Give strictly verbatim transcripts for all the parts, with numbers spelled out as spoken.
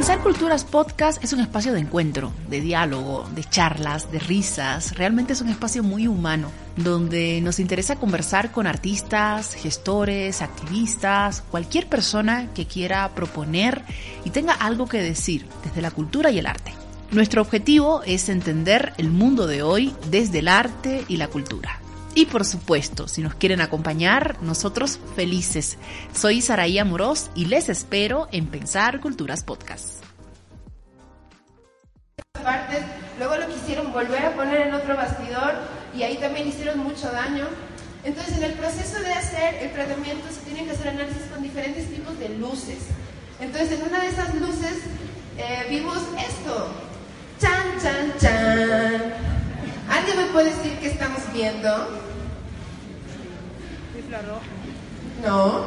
Pensar Culturas Podcast es un espacio de encuentro, de diálogo, de charlas, de risas. Realmente es un espacio muy humano, donde nos interesa conversar con artistas, gestores, activistas, cualquier persona que quiera proponer y tenga algo que decir desde la cultura y el arte. Nuestro objetivo es entender el mundo de hoy desde el arte y la cultura. Y por supuesto, si nos quieren acompañar, nosotros felices. Soy Saraí Amorós y les espero en Pensar Culturas Podcast. Partes, luego lo quisieron volver a poner en otro bastidor y ahí también hicieron mucho daño. Entonces, en el proceso de hacer el tratamiento se tienen que hacer análisis con diferentes tipos de luces. Entonces, en una de esas luces eh, vimos esto. ¡Chan, chan, chan! ¿Alguien me puede decir qué estamos viendo? No.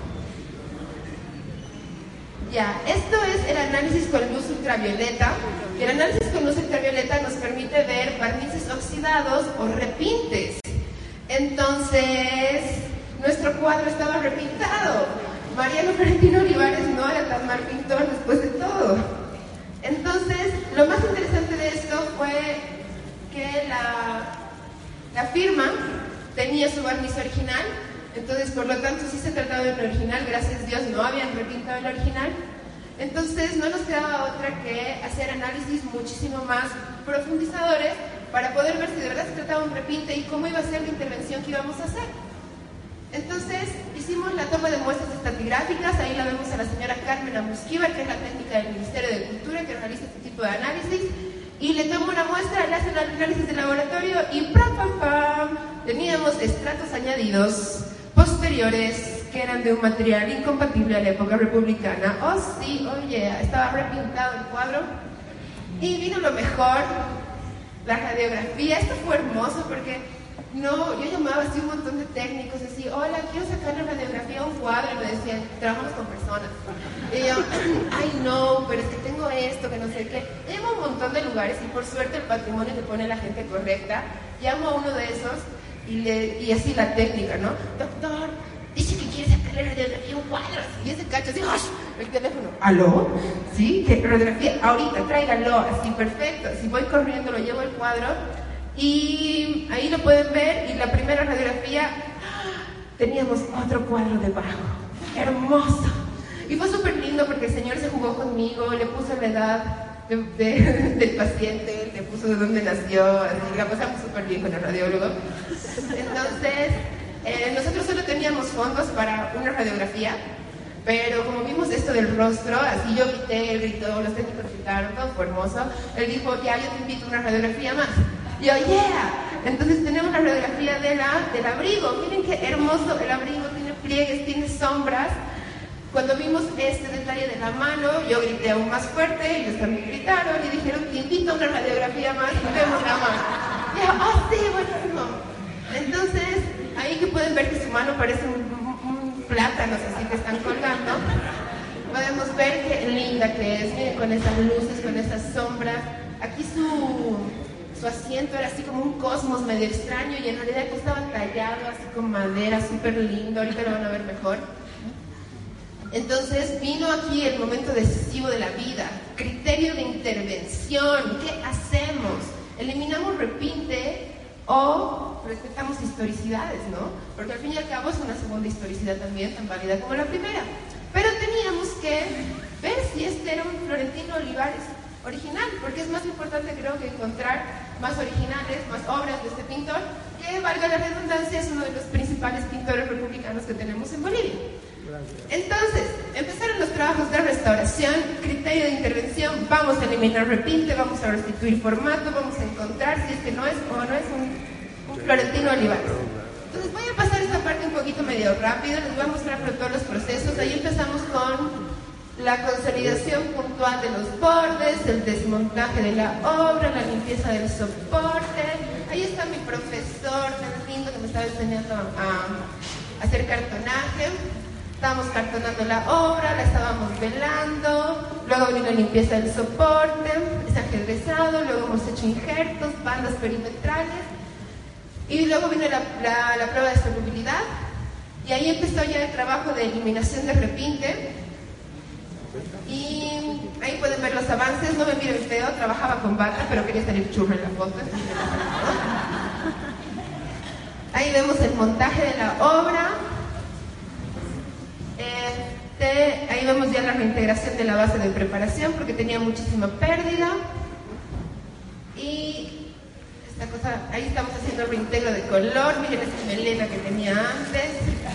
Ya, esto es el análisis con luz ultravioleta. El análisis con luz ultravioleta nos permite ver barnices oxidados o repintes. Entonces, nuestro cuadro estaba repintado. Mariano Florentino Olivares no era tan mal pintor después de todo. Entonces, lo más interesante de esto fue que la, la firma tenía su barniz original, entonces por lo tanto sí se trataba de un original, gracias a Dios no habían repintado el original. Entonces no nos quedaba otra que hacer análisis muchísimo más profundizadores para poder ver si de verdad se trataba de un repinte y cómo iba a ser la intervención que íbamos a hacer. Entonces hicimos la toma de muestras estratigráficas, ahí la vemos a la señora Carmen Amusquiva, que es la técnica del Ministerio de Cultura que realiza este tipo de análisis. Y le tomo una muestra, le hacen el análisis de laboratorio y ¡pram, pam, pam! Teníamos estratos añadidos posteriores que eran de un material incompatible a la época republicana. Oh sí, oh yeah, estaba repintado el cuadro. Y vino lo mejor, la radiografía. Esto fue hermoso porque no, yo llamaba así un montón de técnicos, así, hola, quiero sacar la radiografía a un cuadro, y me decían, trabajamos con personas. Y yo, ay no, pero es que tengo esto, que no sé qué. Llamo a un montón de lugares y por suerte el patrimonio te pone la gente correcta. Llamo a uno de esos y, le, y así la técnica, ¿no? Doctor, dice que quiere sacarle la radiografía a un cuadro. Y ese cacho así, ¡oh! El teléfono, ¿aló? ¿Sí? ¿Qué radiografía? Ahorita, tráigalo, así, perfecto. Si voy corriendo, lo llevo al cuadro. Y ahí lo pueden ver, y la primera radiografía, teníamos otro cuadro debajo, hermoso. Y fue súper lindo porque el señor se jugó conmigo, le puso la edad de, de, del paciente, le puso de dónde nació, así, la pasamos súper bien con el radiólogo. Entonces, eh, nosotros solo teníamos fondos para una radiografía, pero como vimos esto del rostro, así yo grité, él gritó, los técnicos gritaron, todo fue hermoso. Él dijo, ya, yo te invito a una radiografía más. Yo, yeah. Entonces tenemos la radiografía de la, del abrigo. Miren qué hermoso el abrigo, tiene pliegues, tiene sombras. Cuando vimos este detalle de la mano, yo grité aún más fuerte, ellos también gritaron y dijeron, te invito a una radiografía más y vemos la mano. Y yo, oh sí, buenísimo. Entonces, ahí que pueden ver que su mano parece un, un plátano, así que están colgando. Podemos ver qué linda que es, miren, con esas luces, con esas sombras. Aquí su... Su asiento era así como un cosmos medio extraño y en realidad estaba tallado así con madera, súper lindo, ahorita lo van a ver mejor. Entonces vino aquí el momento decisivo de la vida, criterio de intervención, ¿qué hacemos? ¿Eliminamos repinte o respetamos historicidades, no? Porque al fin y al cabo es una segunda historicidad también tan válida como la primera. Pero teníamos que ver si este era un Florentino Olivares original, porque es más importante creo que encontrar más originales, más obras de este pintor, que valga la redundancia es uno de los principales pintores republicanos que tenemos en Bolivia. Gracias. Entonces, empezaron los trabajos de restauración, criterio de intervención, vamos a eliminar repinte, vamos a restituir formato, vamos a encontrar si es que no es o no es un, un Florentino Olivares. Entonces voy a pasar esta parte un poquito medio rápido, les voy a mostrar todos los procesos. Ahí empezamos con la consolidación puntual de los bordes, el desmontaje de la obra, la limpieza del soporte. Ahí está mi profesor tan lindo que me estaba enseñando a, a hacer cartonaje. Estábamos cartonando la obra, la estábamos velando, luego vino la limpieza del soporte, es ajedrezado, luego hemos hecho injertos, bandas perimetrales, y luego vino la, la, la prueba de solubilidad, y ahí empezó ya el trabajo de eliminación de repinte. Y ahí pueden ver los avances, no me miren feo, trabajaba con bata, pero quería salir churro en la foto. Ahí vemos el montaje de la obra. Este, ahí vemos ya la reintegración de la base de preparación porque tenía muchísima pérdida. Y esta cosa, ahí estamos haciendo el reintegro de color. Miren esa melena que tenía antes.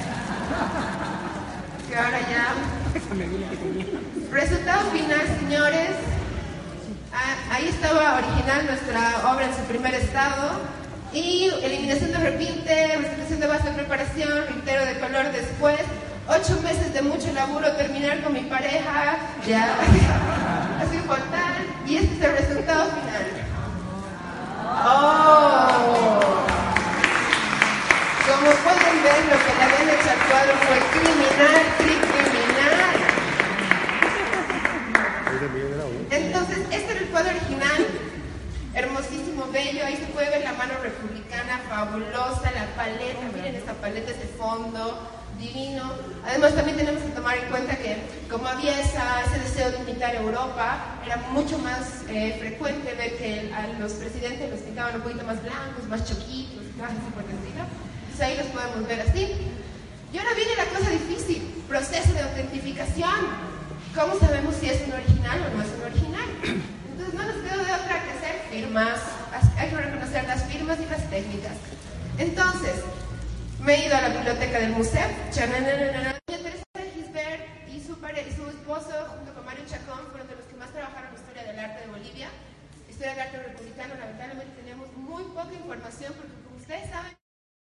Que ahora ya... Resultado final, señores. Ah, ahí estaba original nuestra obra en su primer estado. Y eliminación de repinte, restitución de base de preparación, reintegro de color después. Ocho meses de mucho laburo, terminar con mi pareja, ya, así fatal. Y este es el resultado final. ¡Oh! Como pueden ver, lo que le habían hecho al cuadro fue criminal, sí, criminal. Entonces, este era el cuadro original. Hermosísimo, bello, ahí se puede ver la mano republicana, fabulosa, la paleta, miren esta paleta, ese fondo, divino. Además también tenemos que tomar en cuenta que como había esa, ese deseo de imitar Europa, era mucho más eh, frecuente ver que a los presidentes los pintaban un poquito más blancos, más choquitos, más así por el estilo. Entonces ahí los podemos ver así. Y ahora viene la cosa difícil, proceso de autentificación. ¿Cómo sabemos si es un original o no es un original? Entonces no nos quedó de otra que hacer firmas, hay que reconocer las firmas y las técnicas. Entonces, me he ido a la biblioteca del museo. Doña Teresa de Gisbert y su, pare, su esposo, junto con Mario Chacón, fueron de los que más trabajaron en la historia del arte de Bolivia. Historia del arte republicano, lamentablemente tenemos muy poca información porque, como ustedes saben...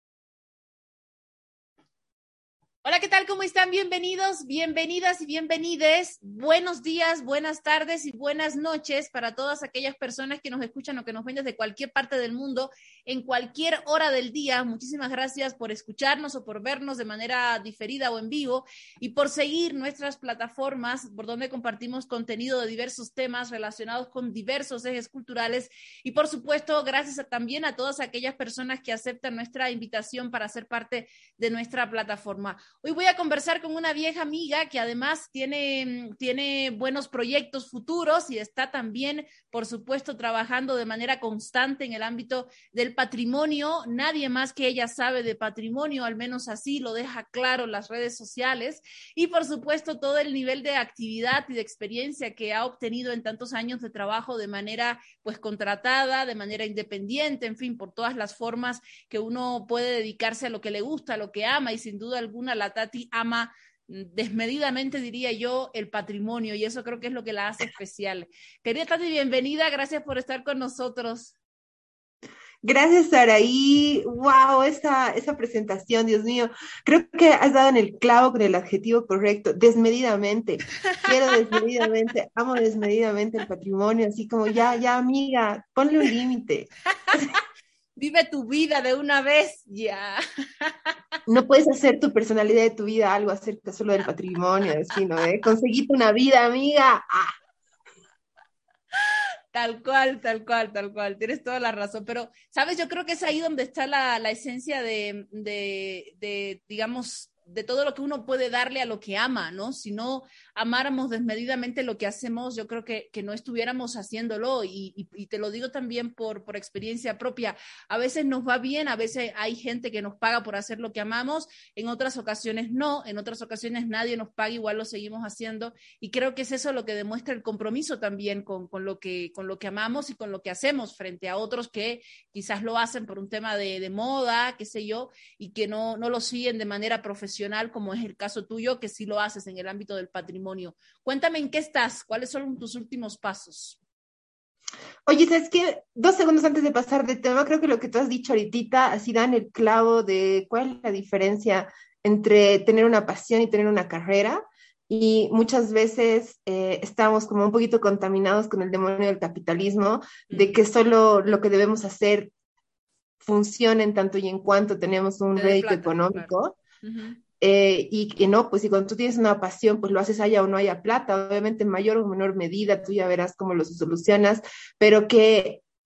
Hola, ¿qué tal? ¿Cómo están? Bienvenidos, bienvenidas y bienvenides. Buenos días, buenas tardes y buenas noches para todas aquellas personas que nos escuchan o que nos ven desde cualquier parte del mundo, en cualquier hora del día. Muchísimas gracias por escucharnos o por vernos de manera diferida o en vivo y por seguir nuestras plataformas por donde compartimos contenido de diversos temas relacionados con diversos ejes culturales y, por supuesto, gracias a, también a todas aquellas personas que aceptan nuestra invitación para ser parte de nuestra plataforma. Hoy voy a conversar con una vieja amiga que además tiene, tiene buenos proyectos futuros y está también, por supuesto, trabajando de manera constante en el ámbito del patrimonio. Nadie más que ella sabe de patrimonio, al menos así lo deja claro en las redes sociales. Y, por supuesto, todo el nivel de actividad y de experiencia que ha obtenido en tantos años de trabajo de manera pues contratada, de manera independiente, en fin, por todas las formas que uno puede dedicarse a lo que le gusta, a lo que ama, y sin duda alguna la Tati ama desmedidamente, diría yo, el patrimonio, y eso creo que es lo que la hace especial. Querida Tati, bienvenida, gracias por estar con nosotros. Gracias, Saraí. Wow, esa, esa presentación, Dios mío. Creo que has dado en el clavo con el adjetivo correcto, desmedidamente. Quiero desmedidamente, amo desmedidamente el patrimonio, así como ya, ya, amiga, ponle un límite. Vive tu vida de una vez, ya. No puedes hacer tu personalidad de tu vida algo acerca solo del patrimonio, sino ¿eh? Conseguiste una vida, amiga. Ah. Tal cual, tal cual, tal cual. Tienes toda la razón. Pero, ¿sabes? Yo creo que es ahí donde está la, la esencia de, de, de, digamos, de todo lo que uno puede darle a lo que ama, ¿no? Si no amáramos desmedidamente lo que hacemos, yo creo que, que no estuviéramos haciéndolo, y, y, y te lo digo también por, por experiencia propia. A veces nos va bien, a veces hay gente que nos paga por hacer lo que amamos, en otras ocasiones no, en otras ocasiones nadie nos paga, igual lo seguimos haciendo, y creo que es eso lo que demuestra el compromiso también con, con, lo, que, con lo que amamos y con lo que hacemos frente a otros que quizás lo hacen por un tema de, de moda, qué sé yo, y que no, no lo siguen de manera profesional, como es el caso tuyo, que sí lo haces en el ámbito del patrimonio. Cuéntame en qué estás, cuáles son tus últimos pasos. Oye, ¿sabes qué? Dos segundos antes de pasar de tema, creo que lo que tú has dicho ahorita así dan el clavo de cuál es la diferencia entre tener una pasión y tener una carrera. Y muchas veces eh, estamos como un poquito contaminados con el demonio del capitalismo, de que solo lo que debemos hacer funcione en tanto y en cuanto tenemos un rédito económico. Claro. Uh-huh. Eh, y que no, pues si cuando tú tienes una pasión, pues lo haces haya o no haya plata, obviamente en mayor o menor medida, tú ya verás cómo lo solucionas, pero que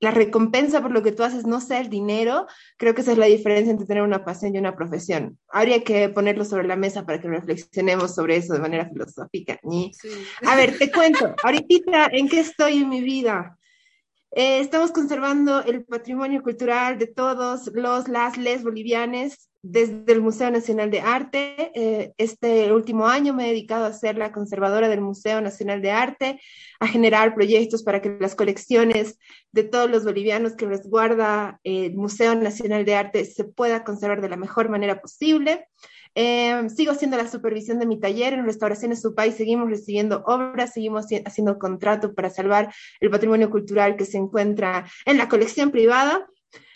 la recompensa por lo que tú haces no sea el dinero, creo que esa es la diferencia entre tener una pasión y una profesión. Habría que ponerlo sobre la mesa para que reflexionemos sobre eso de manera filosófica. Sí. A ver, te cuento, ahorita, ¿en qué estoy en mi vida? Eh, estamos conservando el patrimonio cultural de todos los, las, les bolivianes desde el Museo Nacional de Arte. Eh, este último año me he dedicado a ser la conservadora del Museo Nacional de Arte, a generar proyectos para que las colecciones de todos los bolivianos que resguarda eh, el Museo Nacional de Arte se pueda conservar de la mejor manera posible. Eh, sigo haciendo la supervisión de mi taller en Restauraciones Supay, seguimos recibiendo obras, seguimos haciendo contrato para salvar el patrimonio cultural que se encuentra en la colección privada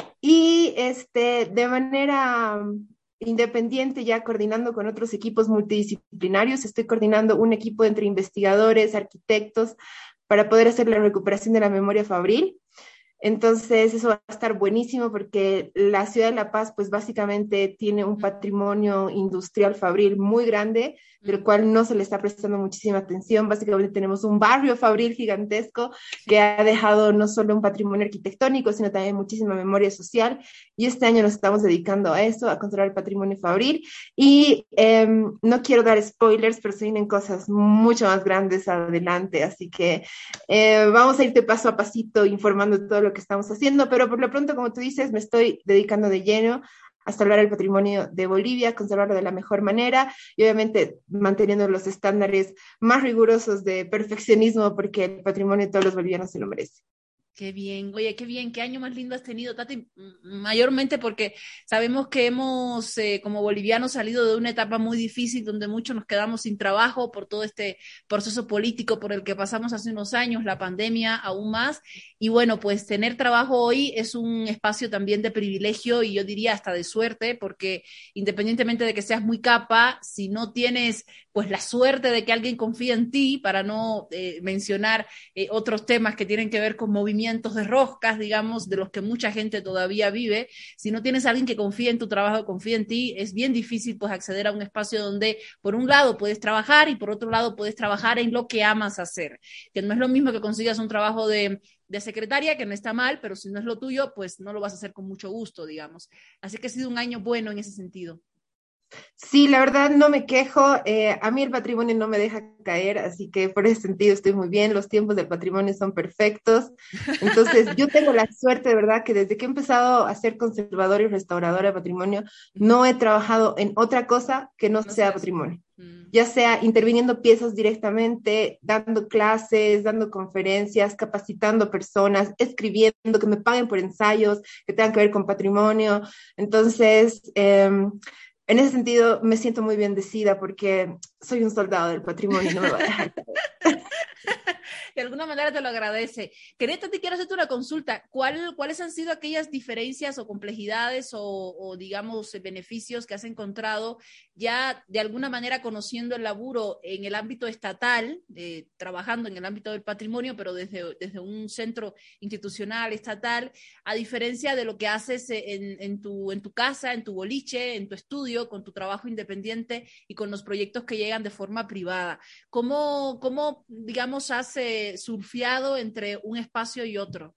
y este, de manera independiente, ya coordinando con otros equipos multidisciplinarios, estoy coordinando un equipo entre investigadores, arquitectos, para poder hacer la recuperación de la memoria fabril. Entonces eso va a estar buenísimo porque la ciudad de La Paz pues básicamente tiene un patrimonio industrial fabril muy grande, del cual no se le está prestando muchísima atención. Básicamente tenemos un barrio fabril gigantesco que ha dejado no solo un patrimonio arquitectónico, sino también muchísima memoria social, y este año nos estamos dedicando a eso, a conservar el patrimonio fabril, y eh, no quiero dar spoilers, pero se vienen cosas mucho más grandes adelante, así que eh, vamos a irte paso a pasito informando de todo lo que estamos haciendo, pero por lo pronto, como tú dices, me estoy dedicando de lleno a salvar el patrimonio de Bolivia, conservarlo de la mejor manera y obviamente manteniendo los estándares más rigurosos de perfeccionismo, porque el patrimonio de todos los bolivianos se lo merece. Qué bien, oye, qué bien, qué año más lindo has tenido, Tati, mayormente porque sabemos que hemos, eh, como bolivianos, salido de una etapa muy difícil donde muchos nos quedamos sin trabajo por todo este proceso político por el que pasamos hace unos años, la pandemia aún más, y bueno, pues tener trabajo hoy es un espacio también de privilegio y yo diría hasta de suerte, porque independientemente de que seas muy capa, si no tienes pues la suerte de que alguien confíe en ti, para no eh, mencionar eh, otros temas que tienen que ver con movimientos de roscas, digamos, de los que mucha gente todavía vive, si no tienes a alguien que confíe en tu trabajo, confíe en ti, es bien difícil pues acceder a un espacio donde por un lado puedes trabajar y por otro lado puedes trabajar en lo que amas hacer, que no es lo mismo que consigas un trabajo de, de secretaria, que no está mal, pero si no es lo tuyo, pues no lo vas a hacer con mucho gusto, digamos. Así que ha sido un año bueno en ese sentido. Sí, la verdad no me quejo, eh, a mí el patrimonio no me deja caer, así que por ese sentido estoy muy bien, los tiempos del patrimonio son perfectos, entonces yo tengo la suerte de verdad que desde que he empezado a ser conservadora y restauradora de patrimonio, no he trabajado en otra cosa que no, no sea patrimonio, mm. ya sea interviniendo piezas directamente, dando clases, dando conferencias, capacitando personas, escribiendo, que me paguen por ensayos que tengan que ver con patrimonio, entonces... Eh, En ese sentido, me siento muy bendecida porque soy un soldado del patrimonio y no me va a dejar. De alguna manera te lo agradece. Quereta, te quiero hacerte una consulta. ¿Cuál, ¿Cuáles han sido aquellas diferencias o complejidades o, o, digamos, beneficios que has encontrado ya de alguna manera conociendo el laburo en el ámbito estatal, eh, trabajando en el ámbito del patrimonio, pero desde, desde un centro institucional, estatal, a diferencia de lo que haces en, en, tu, en tu casa, en tu boliche, en tu estudio, con tu trabajo independiente y con los proyectos que llegan de forma privada? ¿Cómo, cómo digamos, has eh, surfeado entre un espacio y otro?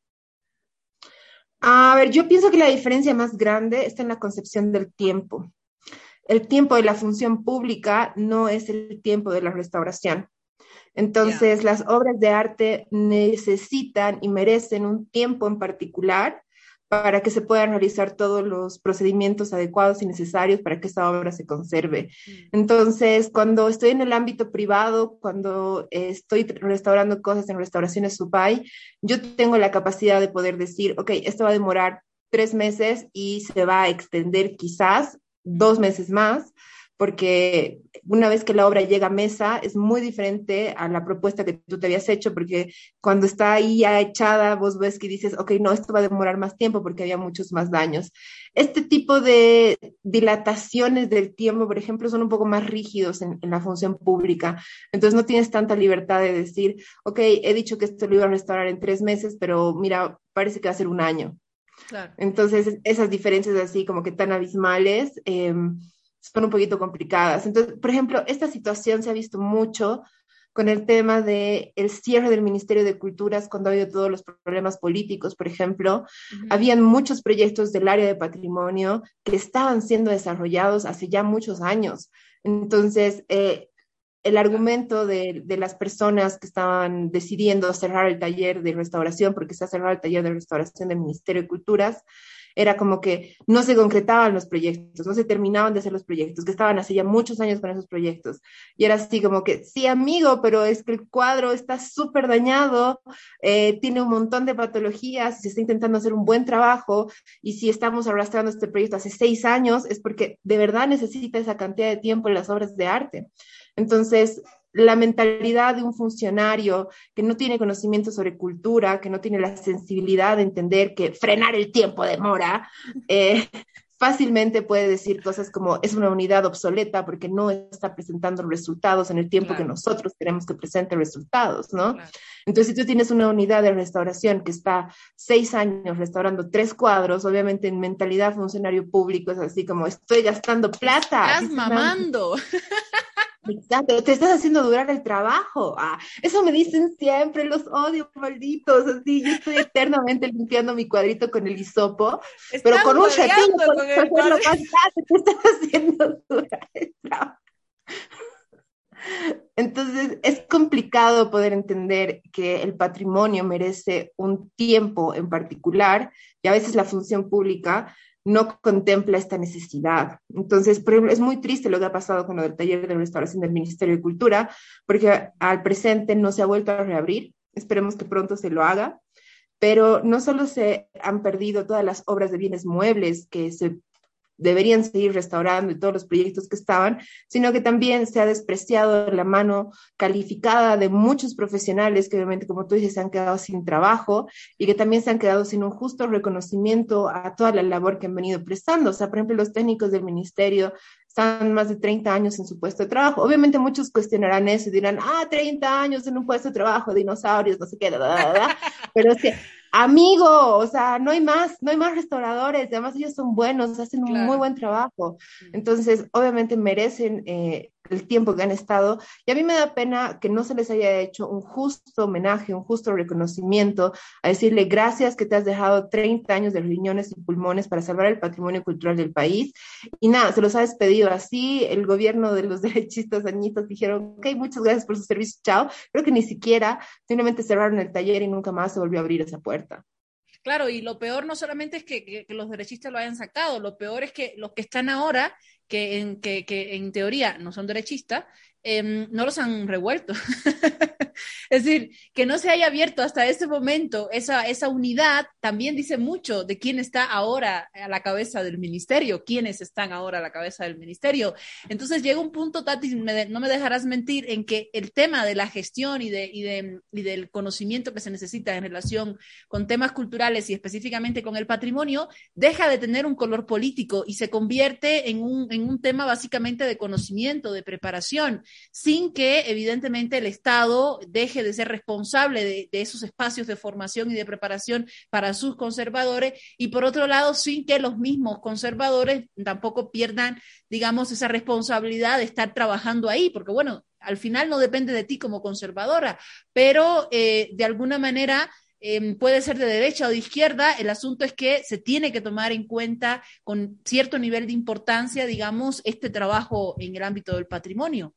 A ver, yo pienso que la diferencia más grande está en la concepción del tiempo. El tiempo de la función pública no es el tiempo de la restauración. Entonces, yeah. las obras de arte necesitan y merecen un tiempo en particular para que se puedan realizar todos los procedimientos adecuados y necesarios para que esta obra se conserve. Entonces, cuando estoy en el ámbito privado, cuando estoy restaurando cosas en Restauraciones Supay, yo tengo la capacidad de poder decir, ok, esto va a demorar tres meses y se va a extender quizás dos meses más, porque una vez que la obra llega a mesa es muy diferente a la propuesta que tú te habías hecho, porque cuando está ahí ya echada, vos ves que dices, ok, no, esto va a demorar más tiempo porque había muchos más daños. Este tipo de dilataciones del tiempo, por ejemplo, son un poco más rígidos en, en la función pública, entonces no tienes tanta libertad de decir, ok, he dicho que esto lo iba a restaurar en tres meses, pero mira, parece que va a ser un año. Claro. Entonces, esas diferencias así como que tan abismales, eh, son un poquito complicadas. Entonces, por ejemplo, esta situación se ha visto mucho con el tema de el cierre del Ministerio de Culturas cuando ha habido todos los problemas políticos, por ejemplo. Uh-huh. Habían muchos proyectos del área de patrimonio que estaban siendo desarrollados hace ya muchos años. Entonces, eh, el argumento de, de las personas que estaban decidiendo cerrar el taller de restauración, porque se ha cerrado el taller de restauración del Ministerio de Culturas, era como que no se concretaban los proyectos, no se terminaban de hacer los proyectos, que estaban hace ya muchos años con esos proyectos. Y era así como que, sí, amigo, pero es que el cuadro está súper dañado, eh, tiene un montón de patologías, se está intentando hacer un buen trabajo, y si estamos arrastrando este proyecto hace seis años, es porque de verdad necesita esa cantidad de tiempo en las obras de arte. Entonces, la mentalidad de un funcionario que no tiene conocimiento sobre cultura, que no tiene la sensibilidad de entender que frenar el tiempo demora, eh, fácilmente puede decir cosas como es una unidad obsoleta porque no está presentando resultados en el tiempo claro. que nosotros queremos que presente resultados, ¿no? Claro. Entonces, si tú tienes una unidad de restauración que está seis años restaurando tres cuadros, obviamente en mentalidad funcionario público es así como estoy gastando plata. Estás mamando. Exacto, te estás haciendo durar el trabajo. Ah, eso me dicen siempre, los odio, malditos. Así, yo estoy eternamente limpiando mi cuadrito con el hisopo, estás pero con un chatillo con el hacerlo más fácil, te estás haciendo durar el trabajo. Entonces, es complicado poder entender que el patrimonio merece un tiempo en particular y a veces la función pública no contempla esta necesidad. Entonces, por ejemplo, es muy triste lo que ha pasado con lo del taller de restauración del Ministerio de Cultura, porque al presente no se ha vuelto a reabrir, esperemos que pronto se lo haga, pero no solo se han perdido todas las obras de bienes muebles que se deberían seguir restaurando y todos los proyectos que estaban, sino que también se ha despreciado la mano calificada de muchos profesionales que obviamente, como tú dices, se han quedado sin trabajo y que también se han quedado sin un justo reconocimiento a toda la labor que han venido prestando. O sea, por ejemplo, los técnicos del ministerio están más de treinta años en su puesto de trabajo. Obviamente muchos cuestionarán eso y dirán, ah, treinta años en un puesto de trabajo, dinosaurios, no sé qué, da, da, da. Pero es que amigo, o sea, no hay más, no hay más restauradores, además ellos son buenos, hacen claro. un muy buen trabajo, entonces obviamente merecen eh, el tiempo que han estado, y a mí me da pena que no se les haya hecho un justo homenaje, un justo reconocimiento, a decirle gracias que te has dejado treinta años de riñones y pulmones para salvar el patrimonio cultural del país, y nada, se los ha despedido así, el gobierno de los derechistas añitos dijeron, ok, muchas gracias por su servicio, chao, creo que ni siquiera, simplemente cerraron el taller y nunca más se volvió a abrir esa puerta. Claro, y lo peor no solamente es que, que, que los derechistas lo hayan sacado, lo peor es que los que están ahora, que en, que, que en teoría no son derechistas, eh, no los han revuelto. Es decir, que no se haya abierto hasta ese momento esa, esa unidad también dice mucho de quién está ahora a la cabeza del ministerio, quiénes están ahora a la cabeza del ministerio. Entonces llega un punto, Tati, me, no me dejarás mentir, en que el tema de la gestión y, de, y, de, y del conocimiento que se necesita en relación con temas culturales y específicamente con el patrimonio, deja de tener un color político y se convierte en un, en un tema básicamente de conocimiento, de preparación, sin que evidentemente el Estado deje de ser responsable de, de esos espacios de formación y de preparación para sus conservadores, y por otro lado, sin que los mismos conservadores tampoco pierdan, digamos, esa responsabilidad de estar trabajando ahí, porque bueno, al final no depende de ti como conservadora, pero eh, de alguna manera eh, puede ser de derecha o de izquierda, el asunto es que se tiene que tomar en cuenta con cierto nivel de importancia, digamos, este trabajo en el ámbito del patrimonio.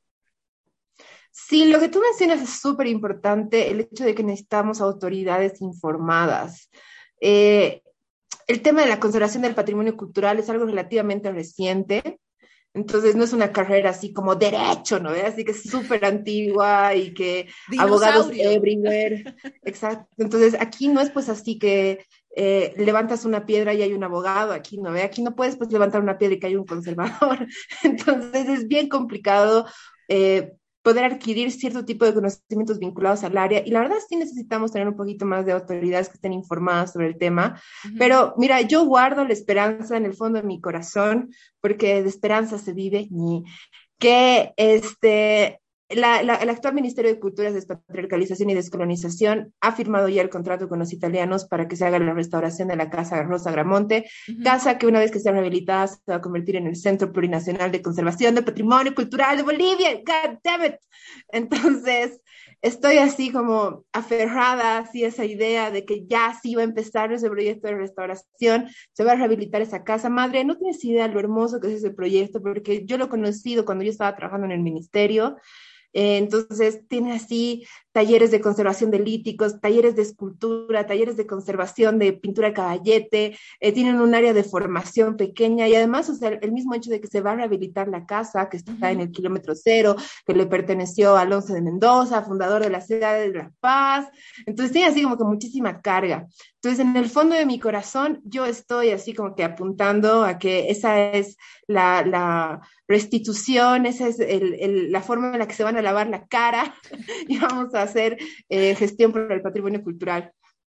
Sí, lo que tú mencionas es súper importante, el hecho de que necesitamos autoridades informadas. Eh, el tema de la conservación del patrimonio cultural es algo relativamente reciente, entonces no es una carrera así como derecho, ¿no? Así que es súper antigua y que abogados everywhere. Exacto. Entonces aquí no es pues así que eh, levantas una piedra y hay un abogado, aquí no, ¿ve? Aquí no puedes pues levantar una piedra y que hay un conservador. Entonces es bien complicado eh, poder adquirir cierto tipo de conocimientos vinculados al área, y la verdad sí necesitamos tener un poquito más de autoridades que estén informadas sobre el tema, uh-huh. Pero mira, yo guardo la esperanza en el fondo de mi corazón, porque de esperanza se vive, y que este, la, la, el actual Ministerio de Cultura, Despatriarcalización y Descolonización ha firmado ya el contrato con los italianos para que se haga la restauración de la Casa Rosa Gramonte, uh-huh. casa que una vez que sea rehabilitada se va a convertir en el Centro Plurinacional de Conservación del Patrimonio Cultural de Bolivia. God damn it. Entonces, estoy así como aferrada así a esa idea de que ya sí va a empezar ese proyecto de restauración, se va a rehabilitar esa casa. Madre, no tienes idea lo hermoso que es ese proyecto, porque yo lo he conocido cuando yo estaba trabajando en el ministerio. Eh, entonces tiene así talleres de conservación de líticos, talleres de escultura, talleres de conservación de pintura de caballete, eh, tienen un área de formación pequeña y además, o sea, el mismo hecho de que se va a rehabilitar la casa que está uh-huh. en el kilómetro cero, que le perteneció a Alonso de Mendoza, fundador de la ciudad de La Paz, entonces tiene así como que muchísima carga. Entonces, en el fondo de mi corazón, yo estoy así como que apuntando a que esa es la, la restitución, esa es el, el, la forma en la que se van a lavar la cara y vamos a hacer eh, gestión por el patrimonio cultural.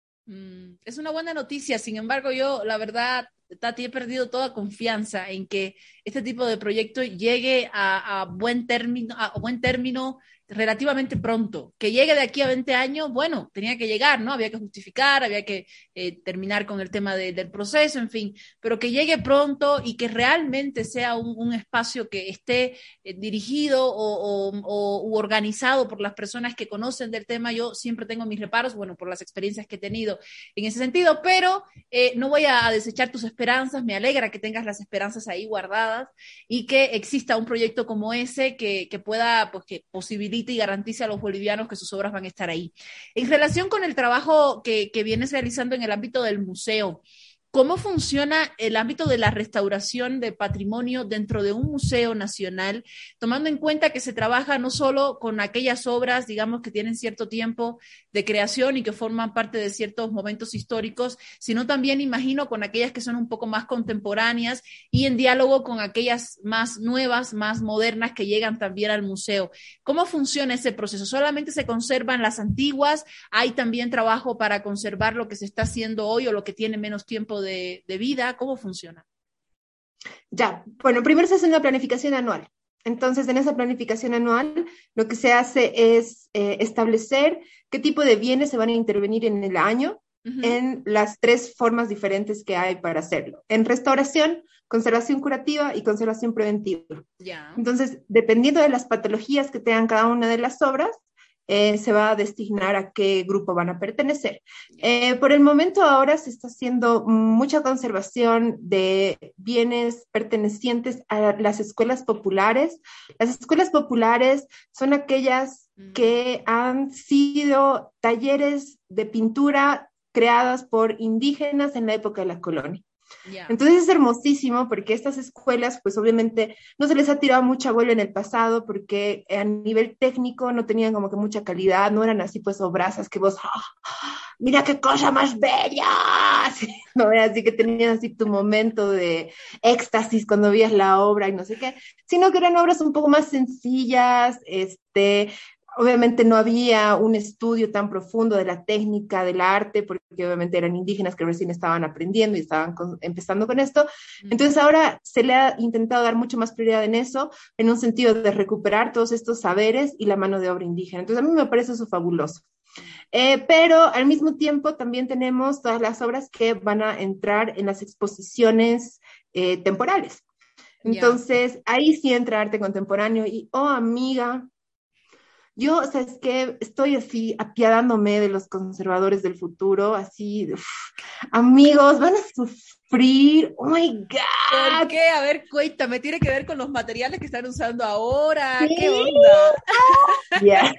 Mm, es una buena noticia, sin embargo, yo, la verdad, Tati, he perdido toda confianza en que este tipo de proyecto llegue a, a buen término, a buen término relativamente pronto. Que llegue de aquí a veinte años, bueno, tenía que llegar, ¿no? Había que justificar, había que eh, terminar con el tema de, del proceso, en fin, pero que llegue pronto y que realmente sea un, un espacio que esté eh, dirigido o, o, o u organizado por las personas que conocen del tema. Yo siempre tengo mis reparos, bueno, por las experiencias que he tenido en ese sentido, pero eh, no voy a desechar tus esperanzas, me alegra que tengas las esperanzas ahí guardadas y que exista un proyecto como ese que, que pueda, pues, que posibilite y garantice a los bolivianos que sus obras van a estar ahí. En relación con el trabajo que, que vienes realizando en el ámbito del museo, ¿cómo funciona el ámbito de la restauración de patrimonio dentro de un museo nacional, tomando en cuenta que se trabaja no solo con aquellas obras, digamos, que tienen cierto tiempo de creación y que forman parte de ciertos momentos históricos, sino también, imagino, con aquellas que son un poco más contemporáneas y en diálogo con aquellas más nuevas, más modernas que llegan también al museo? ¿Cómo funciona ese proceso? ¿Solamente se conservan las antiguas? ¿Hay también trabajo para conservar lo que se está haciendo hoy o lo que tiene menos tiempo De, de vida? ¿Cómo funciona? Ya, bueno, primero se hace una planificación anual. Entonces, en esa planificación anual, lo que se hace es eh, establecer qué tipo de bienes se van a intervenir en el año, uh-huh. en las tres formas diferentes que hay para hacerlo. En restauración, conservación curativa y conservación preventiva. Yeah. Entonces, dependiendo de las patologías que tengan cada una de las obras, Eh, se va a designar a qué grupo van a pertenecer. Eh, por el momento ahora se está haciendo mucha conservación de bienes pertenecientes a las escuelas populares. Las escuelas populares son aquellas que han sido talleres de pintura creadas por indígenas en la época de la colonia. Yeah. Entonces es hermosísimo porque estas escuelas, pues obviamente no se les ha tirado mucha bola en el pasado porque a nivel técnico no tenían como que mucha calidad, no eran así pues obrazas que vos, ¡oh, mira qué cosa más bella! No era así que tenías así tu momento de éxtasis cuando veías la obra y no sé qué, sino que eran obras un poco más sencillas, este... Obviamente no había un estudio tan profundo de la técnica, del arte, porque obviamente eran indígenas que recién estaban aprendiendo y estaban con, empezando con esto. Entonces ahora se le ha intentado dar mucho más prioridad en eso, en un sentido de recuperar todos estos saberes y la mano de obra indígena. Entonces a mí me parece eso fabuloso. Eh, pero al mismo tiempo también tenemos todas las obras que van a entrar en las exposiciones eh, temporales. Entonces yeah. ahí sí entra arte contemporáneo y, oh amiga, yo, o sea, es que estoy así apiadándome de los conservadores del futuro, así, uf, amigos, van a sufrir, oh my God. ¿Por qué? A ver, cuéntame, ¿tiene que ver con los materiales que están usando ahora? ¿Sí? ¿Qué onda? Yeah.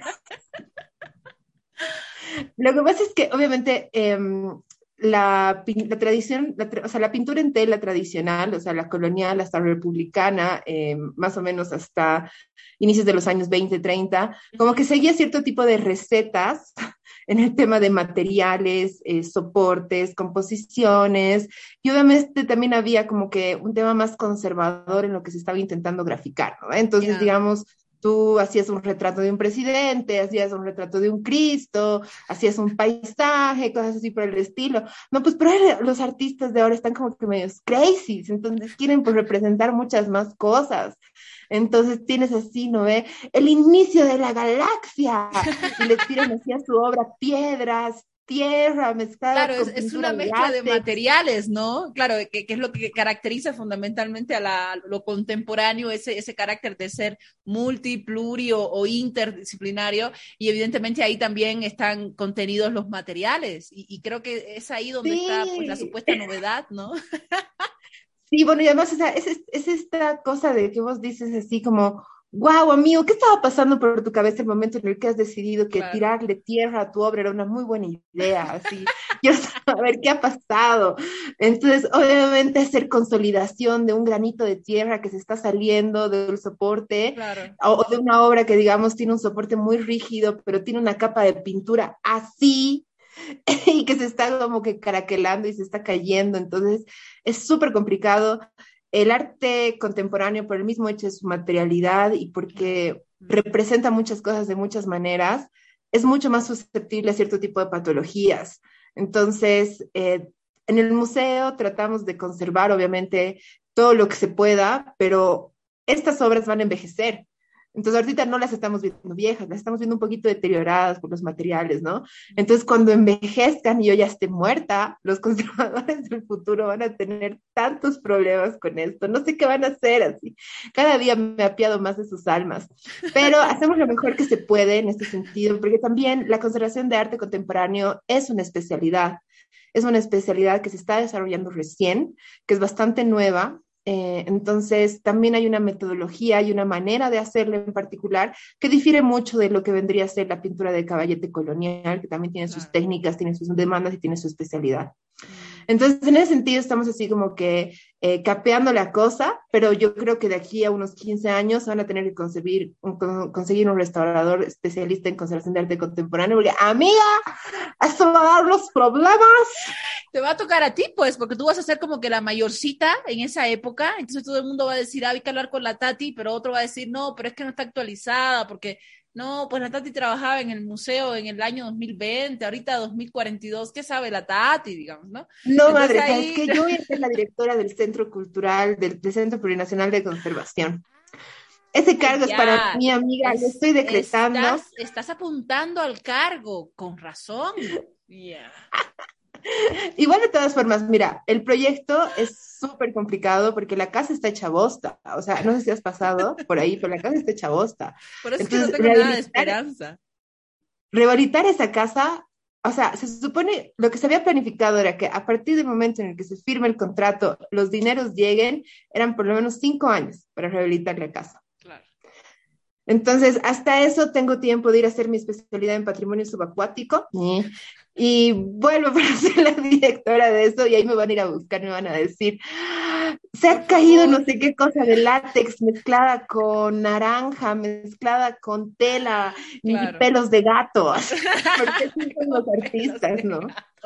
Lo que pasa es que, obviamente, eh, La, la tradición, la, o sea, la pintura en tela tradicional, o sea, la colonial hasta la republicana, eh, más o menos hasta inicios de los años veinte, treinta, como que seguía cierto tipo de recetas en el tema de materiales, eh, soportes, composiciones, y obviamente también había como que un tema más conservador en lo que se estaba intentando graficar, ¿no? Entonces, yeah. digamos, tú hacías un retrato de un presidente, hacías un retrato de un Cristo, hacías un paisaje, cosas así por el estilo. No, pues pero los artistas de ahora están como que medios crazy, entonces quieren pues representar muchas más cosas. Entonces tienes así, ¿no ve? El inicio de la galaxia, y le tiran así a su obra piedras, tierra mezclada claro, con es, es pintura una mezcla de látex. materiales, ¿no? Claro, que, que es lo que caracteriza fundamentalmente a la, lo contemporáneo, ese, ese carácter de ser multi, pluri o, o interdisciplinario, y evidentemente ahí también están contenidos los materiales, y, y creo que es ahí donde está pues la Sí, supuesta novedad, ¿no? sí, bueno, y además, o sea, es, es, es esta cosa de que vos dices así como, wow, amigo, ¿qué estaba pasando por tu cabeza el momento en el que has decidido que Claro. tirarle tierra a tu obra era una muy buena idea? Así, quiero saber qué ha pasado. Entonces, obviamente, hacer consolidación de un granito de tierra que se está saliendo del soporte, Claro. o, o de una obra que, digamos, tiene un soporte muy rígido, pero tiene una capa de pintura así, y que se está como que caraquelando y se está cayendo. Entonces, es súper complicado. El arte contemporáneo, por el mismo hecho de su materialidad y porque representa muchas cosas de muchas maneras, es mucho más susceptible a cierto tipo de patologías. Entonces, eh, en el museo tratamos de conservar, obviamente, todo lo que se pueda, pero estas obras van a envejecer. Entonces, ahorita no las estamos viendo viejas, las estamos viendo un poquito deterioradas por los materiales, ¿no? Entonces, cuando envejezcan y yo ya esté muerta, los conservadores del futuro van a tener tantos problemas con esto. No sé qué van a hacer así. Cada día me apiado más de sus almas. Pero hacemos lo mejor que se puede en este sentido, porque también la conservación de arte contemporáneo es una especialidad. Es una especialidad que se está desarrollando recién, que es bastante nueva. Eh, entonces, también hay una metodología y una manera de hacerlo en particular que difiere mucho de lo que vendría a ser la pintura de caballete colonial, que también tiene sus Claro. técnicas, tiene sus demandas y tiene su especialidad. Entonces, en ese sentido, estamos así como que eh, capeando la cosa, pero yo creo que de aquí a unos quince años van a tener que concebir, un, conseguir un restaurador especialista en conservación de arte contemporáneo, porque, amiga, esto va a dar los problemas. Te va a tocar a ti, pues, porque tú vas a ser como que la mayorcita en esa época, entonces todo el mundo va a decir, ah, hay que hablar con la Tati, pero otro va a decir, no, pero es que no está actualizada, porque, no, pues la Tati trabajaba en el museo en el año dos mil veinte, ahorita dos mil cuarenta y dos, ¿qué sabe la Tati, digamos, no? No, Entonces madre, ¿sabes ahí... qué? Yo voy a ser la directora del Centro Cultural, del, del Centro Plurinacional de Conservación. Ese Ah, cargo es para ya, mi amiga, lo es, estoy decretando. estás, estás apuntando al cargo, con razón. Yeah. Igual de todas formas, mira, el proyecto es súper complicado porque la casa está hecha bosta. O sea, no sé si has pasado por ahí, pero la casa está hecha bosta. Por eso es que no Entonces, tengo nada de rehabilitar, esperanza. rehabilitar esa casa, o sea, se supone, lo que se había planificado era que a partir del momento en el que se firme el contrato, los dineros lleguen, eran por lo menos cinco años para rehabilitar la casa. Claro. Entonces, hasta eso tengo tiempo de ir a hacer mi especialidad en patrimonio subacuático. ¿Sí? Y vuelvo para ser la directora de eso y ahí me van a ir a buscar, me van a decir, se ha caído no sé qué cosa de látex mezclada con naranja, mezclada con tela Claro. y pelos de gato, porque así son los artistas, ¿no?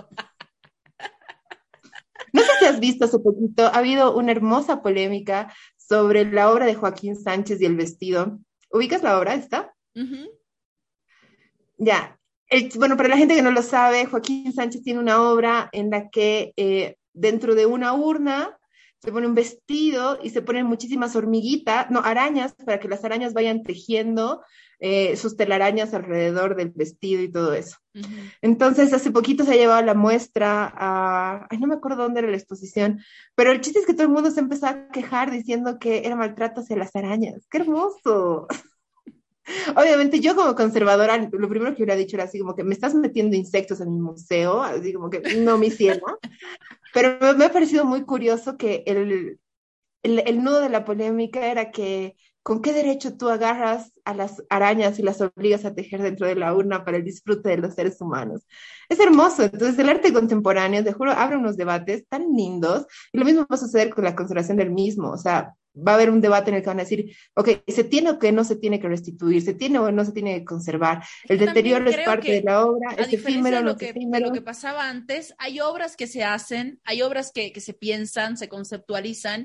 No sé si has visto hace poquito, ha habido una hermosa polémica sobre la obra de Joaquín Sánchez y el vestido. ¿Ubicas la obra esta? Uh-huh. Ya. El, bueno, para la gente que no lo sabe, Joaquín Sánchez tiene una obra en la que eh, dentro de una urna se pone un vestido y se ponen muchísimas hormiguitas, no, arañas, para que las arañas vayan tejiendo eh, sus telarañas alrededor del vestido y todo eso. Uh-huh. Entonces, hace poquito se ha llevado la muestra a, ay, no me acuerdo dónde era la exposición, pero el chiste es que todo el mundo se empezó a quejar diciendo que era maltrato hacia las arañas. ¡Qué hermoso! Obviamente yo como conservadora, lo primero que hubiera dicho era así como que me estás metiendo insectos en mi museo, así como que no me hiciera, pero me, me ha parecido muy curioso que el, el, el nudo de la polémica era que ¿con qué derecho tú agarras a las arañas y las obligas a tejer dentro de la urna para el disfrute de los seres humanos? Es hermoso. Entonces el arte contemporáneo, te juro, abre unos debates tan lindos y lo mismo va a suceder con la conservación del mismo, o sea, va a haber un debate en el que van a decir, ok, ¿se tiene o que no se tiene que restituir? ¿Se tiene o no se tiene que conservar? El deterioro es parte de la obra, es efímero, no es efímero. De lo que pasaba antes, hay obras que se hacen, hay obras que, que se piensan, se conceptualizan,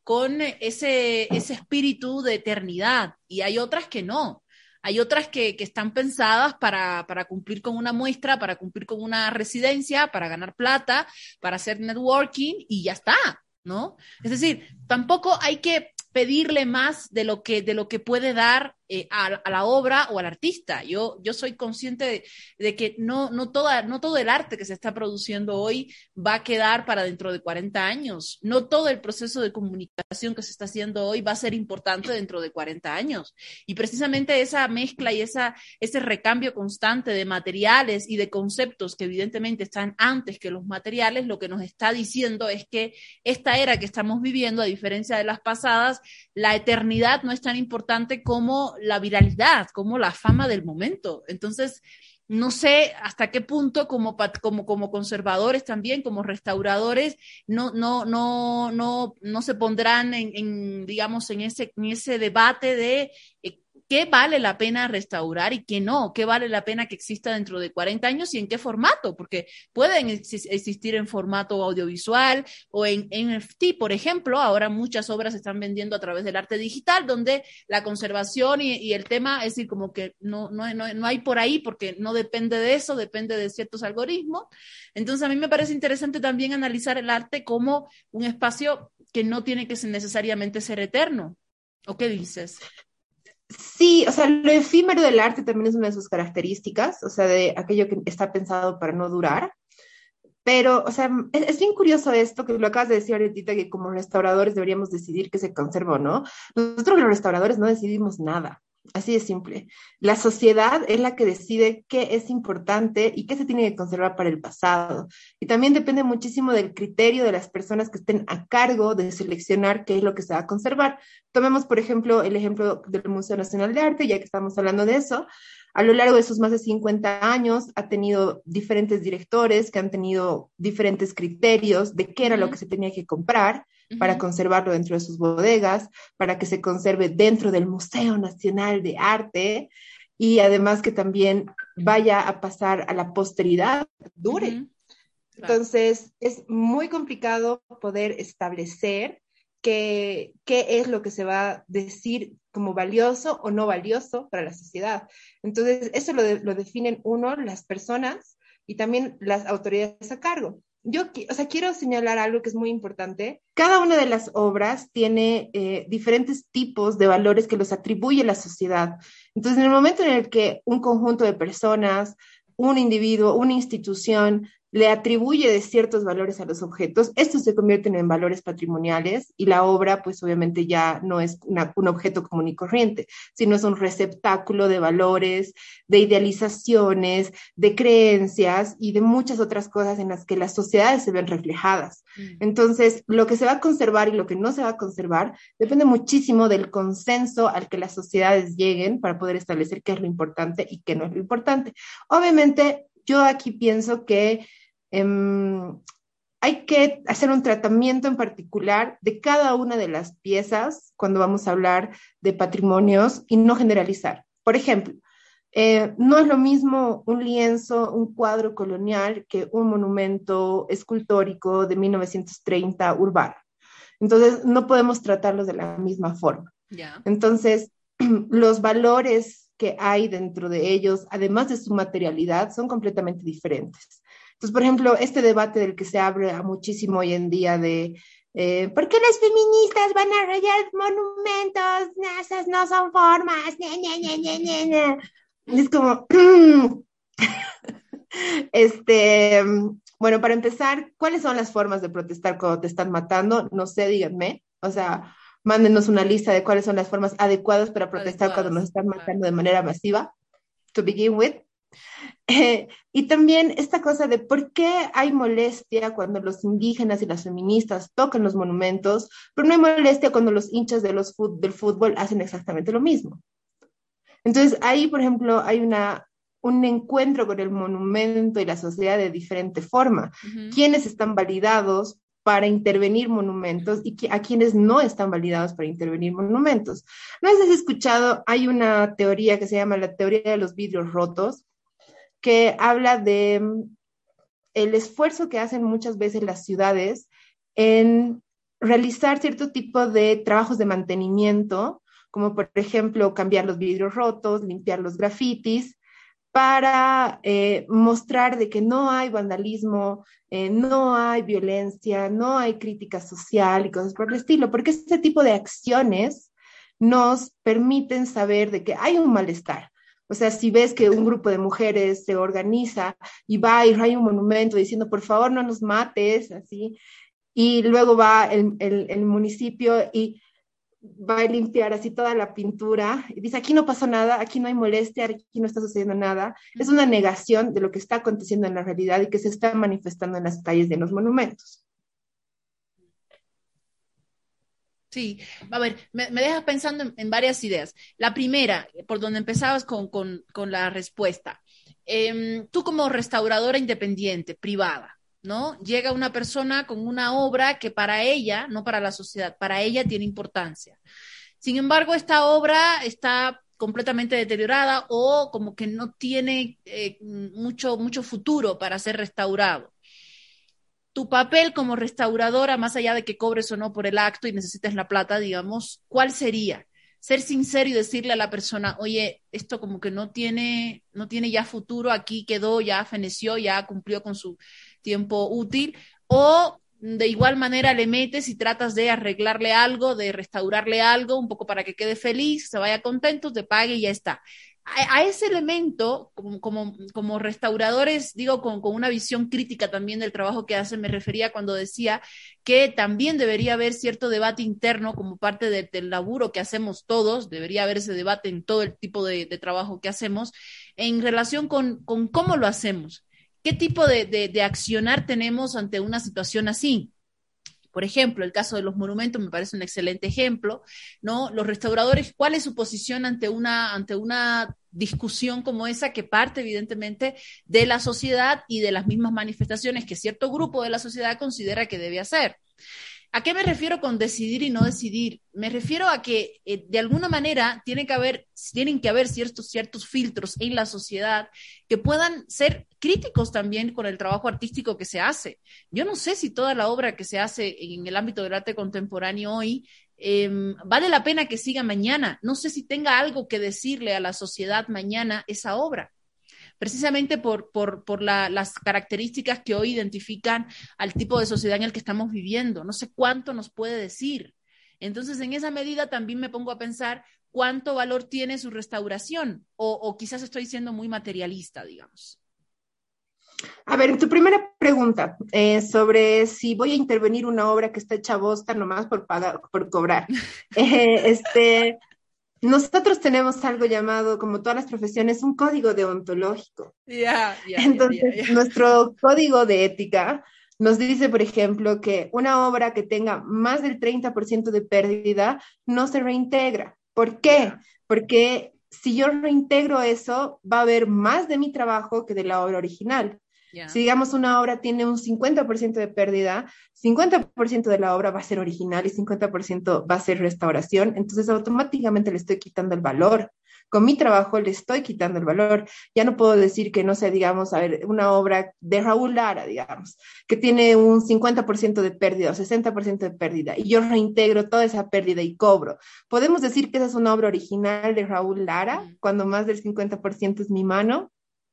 con ese, ese espíritu de eternidad, y hay otras que no. Hay otras que, que están pensadas para, para cumplir con una muestra, para cumplir con una residencia, para ganar plata, para hacer networking y ya está, ¿no? Es decir, tampoco hay que pedirle más de lo que, de lo que puede dar eh, a, a, la obra o al artista. Yo, yo soy consciente de, de que no, no, toda, no todo el arte que se está produciendo hoy va a quedar para dentro de cuarenta años. No todo el proceso de comunicación que se está haciendo hoy va a ser importante dentro de cuarenta años. Y precisamente esa mezcla y esa, ese recambio constante de materiales y de conceptos que evidentemente están antes que los materiales, lo que nos está diciendo es que esta era que estamos viviendo, a diferencia de las pasadas, la eternidad no es tan importante como la viralidad, como la fama del momento. Entonces, no sé hasta qué punto como, como, como conservadores también, como restauradores, no, no, no, no, no se pondrán en, en, digamos, en ese, en ese debate de eh, qué vale la pena restaurar y qué no, qué vale la pena que exista dentro de cuarenta años y en qué formato, porque pueden ex- existir en formato audiovisual o en N F T, por ejemplo. Ahora muchas obras se están vendiendo a través del arte digital, donde la conservación y, y el tema, es decir, como que no, no, no, no hay por ahí, porque no depende de eso, depende de ciertos algoritmos. Entonces a mí me parece interesante también analizar el arte como un espacio que no tiene que ser necesariamente ser eterno. ¿O qué dices? Sí, o sea, lo efímero del arte también es una de sus características, o sea, de aquello que está pensado para no durar. Pero, o sea, es, es bien curioso esto que lo acabas de decir ahorita, que como restauradores deberíamos decidir qué se conserva o no. Nosotros los restauradores no decidimos nada, así de simple. La sociedad es la que decide qué es importante y qué se tiene que conservar para el pasado. Y también depende muchísimo del criterio de las personas que estén a cargo de seleccionar qué es lo que se va a conservar. Tomemos, por ejemplo, el ejemplo del Museo Nacional de Arte, ya que estamos hablando de eso. A lo largo de sus más de cincuenta años ha tenido diferentes directores que han tenido diferentes criterios de qué era lo que se tenía que comprar uh-huh. para conservarlo dentro de sus bodegas, para que se conserve dentro del Museo Nacional de Arte y además que también vaya a pasar a la posteridad, dure. Uh-huh. Claro. Entonces, es muy complicado poder establecer qué, qué es lo que se va a decir como valioso o no valioso para la sociedad. Entonces, eso lo, de, lo definen uno, las personas y también las autoridades a cargo. Yo, o sea, quiero señalar algo que es muy importante. Cada una de las obras tiene eh, diferentes tipos de valores que los atribuye la sociedad. Entonces, en el momento en el que un conjunto de personas, un individuo, una institución le atribuye de ciertos valores a los objetos, estos se convierten en valores patrimoniales y la obra pues obviamente ya no es una, un objeto común y corriente, sino es un receptáculo de valores, de idealizaciones, de creencias y de muchas otras cosas en las que las sociedades se ven reflejadas. Mm. Entonces, lo que se va a conservar y lo que no se va a conservar depende muchísimo del consenso al que las sociedades lleguen para poder establecer qué es lo importante y qué no es lo importante. Obviamente, yo aquí pienso que Um, hay que hacer un tratamiento en particular de cada una de las piezas cuando vamos a hablar de patrimonios y no generalizar. Por ejemplo, eh, no es lo mismo un lienzo, un cuadro colonial que un monumento escultórico de mil novecientos treinta urbano. Entonces, no podemos tratarlos de la misma forma. Yeah. Entonces, los valores que hay dentro de ellos, además de su materialidad, son completamente diferentes. Entonces, por ejemplo, este debate del que se habla muchísimo hoy en día de eh, ¿por qué las feministas van a rayar monumentos? No, esas no son formas. Ne, ne, ne, ne, ne, ne. Es como, este, bueno, para empezar, ¿cuáles son las formas de protestar cuando te están matando? No sé, díganme. O sea, mándenos una lista de cuáles son las formas adecuadas para protestar adecuadas, cuando nos están matando claro. de manera masiva. To begin with. Eh, y también esta cosa de por qué hay molestia cuando los indígenas y las feministas tocan los monumentos, pero no hay molestia cuando los hinchas de los fut- del fútbol hacen exactamente lo mismo. Entonces ahí, por ejemplo, hay una, un encuentro con el monumento y la sociedad de diferente forma. Uh-huh. ¿Quiénes están validados para intervenir monumentos y a quienes no están validados para intervenir monumentos? ¿No has escuchado? Hay una teoría que se llama la teoría de los vidrios rotos, que habla de um, el esfuerzo que hacen muchas veces las ciudades en realizar cierto tipo de trabajos de mantenimiento, como por ejemplo cambiar los vidrios rotos, limpiar los grafitis, para eh, mostrar de que no hay vandalismo, eh, no hay violencia, no hay crítica social y cosas por el estilo, porque este tipo de acciones nos permiten saber de que hay un malestar. O sea, si ves que un grupo de mujeres se organiza y va y raya un monumento diciendo, por favor, no nos mates, así, y luego va el, el, el municipio y va a limpiar así toda la pintura y dice, aquí no pasó nada, aquí no hay molestia, aquí no está sucediendo nada. Es una negación de lo que está aconteciendo en la realidad y que se está manifestando en las calles de los monumentos. Sí, a ver, me, me dejas pensando en, en varias ideas. La primera, por donde empezabas con, con, con la respuesta. Eh, tú como restauradora independiente, privada, ¿no? Llega una persona con una obra que para ella, no para la sociedad, para ella tiene importancia. Sin embargo, esta obra está completamente deteriorada o como que no tiene eh, mucho, mucho futuro para ser restaurado. Tu papel como restauradora, más allá de que cobres o no por el acto y necesites la plata, digamos, ¿cuál sería? Ser sincero y decirle a la persona, oye, esto como que no tiene, no tiene ya futuro, aquí quedó, ya feneció, ya cumplió con su tiempo útil, o de igual manera le metes y tratas de arreglarle algo, de restaurarle algo, un poco para que quede feliz, se vaya contento, te pague y ya está. A, a ese elemento, como, como, como restauradores, digo, con, con una visión crítica también del trabajo que hacen, me refería cuando decía que también debería haber cierto debate interno como parte de, del laburo que hacemos todos, debería haber ese debate en todo el tipo de, de trabajo que hacemos, en relación con, con cómo lo hacemos, qué tipo de, de, de accionar tenemos ante una situación así. Por ejemplo, el caso de los monumentos me parece un excelente ejemplo, ¿no? Los restauradores, ¿cuál es su posición ante una, ante una discusión como esa que parte evidentemente de la sociedad y de las mismas manifestaciones que cierto grupo de la sociedad considera que debe hacer? ¿A qué me refiero con decidir y no decidir? Me refiero a que eh, de alguna manera tiene que haber, tienen que haber ciertos, ciertos filtros en la sociedad que puedan ser críticos también con el trabajo artístico que se hace. Yo no sé si toda la obra que se hace en el ámbito del arte contemporáneo hoy eh, vale la pena que siga mañana. No sé si tenga algo que decirle a la sociedad mañana esa obra, precisamente por, por, por la, las características que hoy identifican al tipo de sociedad en el que estamos viviendo. No sé cuánto nos puede decir. Entonces, en esa medida también me pongo a pensar cuánto valor tiene su restauración, o, o quizás estoy siendo muy materialista, digamos. A ver, tu primera pregunta eh, sobre si voy a intervenir una obra que está hecha bosta nomás por pagar, por cobrar. Eh, este... Nosotros tenemos algo llamado, como todas las profesiones, un código deontológico. Yeah, yeah, Entonces, yeah, yeah, yeah. nuestro código de ética nos dice, por ejemplo, que una obra que tenga más del treinta por ciento de pérdida no se reintegra. ¿Por qué? Yeah. Porque si yo reintegro eso, va a haber más de mi trabajo que de la obra original. Yeah. Si digamos una obra tiene un cincuenta por ciento de pérdida, cincuenta por ciento de la obra va a ser original y cincuenta por ciento va a ser restauración, entonces automáticamente le estoy quitando el valor. Con mi trabajo le estoy quitando el valor. Ya no puedo decir que, no sé, digamos, a ver, una obra de Raúl Lara, digamos, que tiene un cincuenta por ciento de pérdida o sesenta por ciento de pérdida, y yo reintegro toda esa pérdida y cobro. ¿Podemos decir que esa es una obra original de Raúl Lara, mm. cuando más del cincuenta por ciento es mi mano?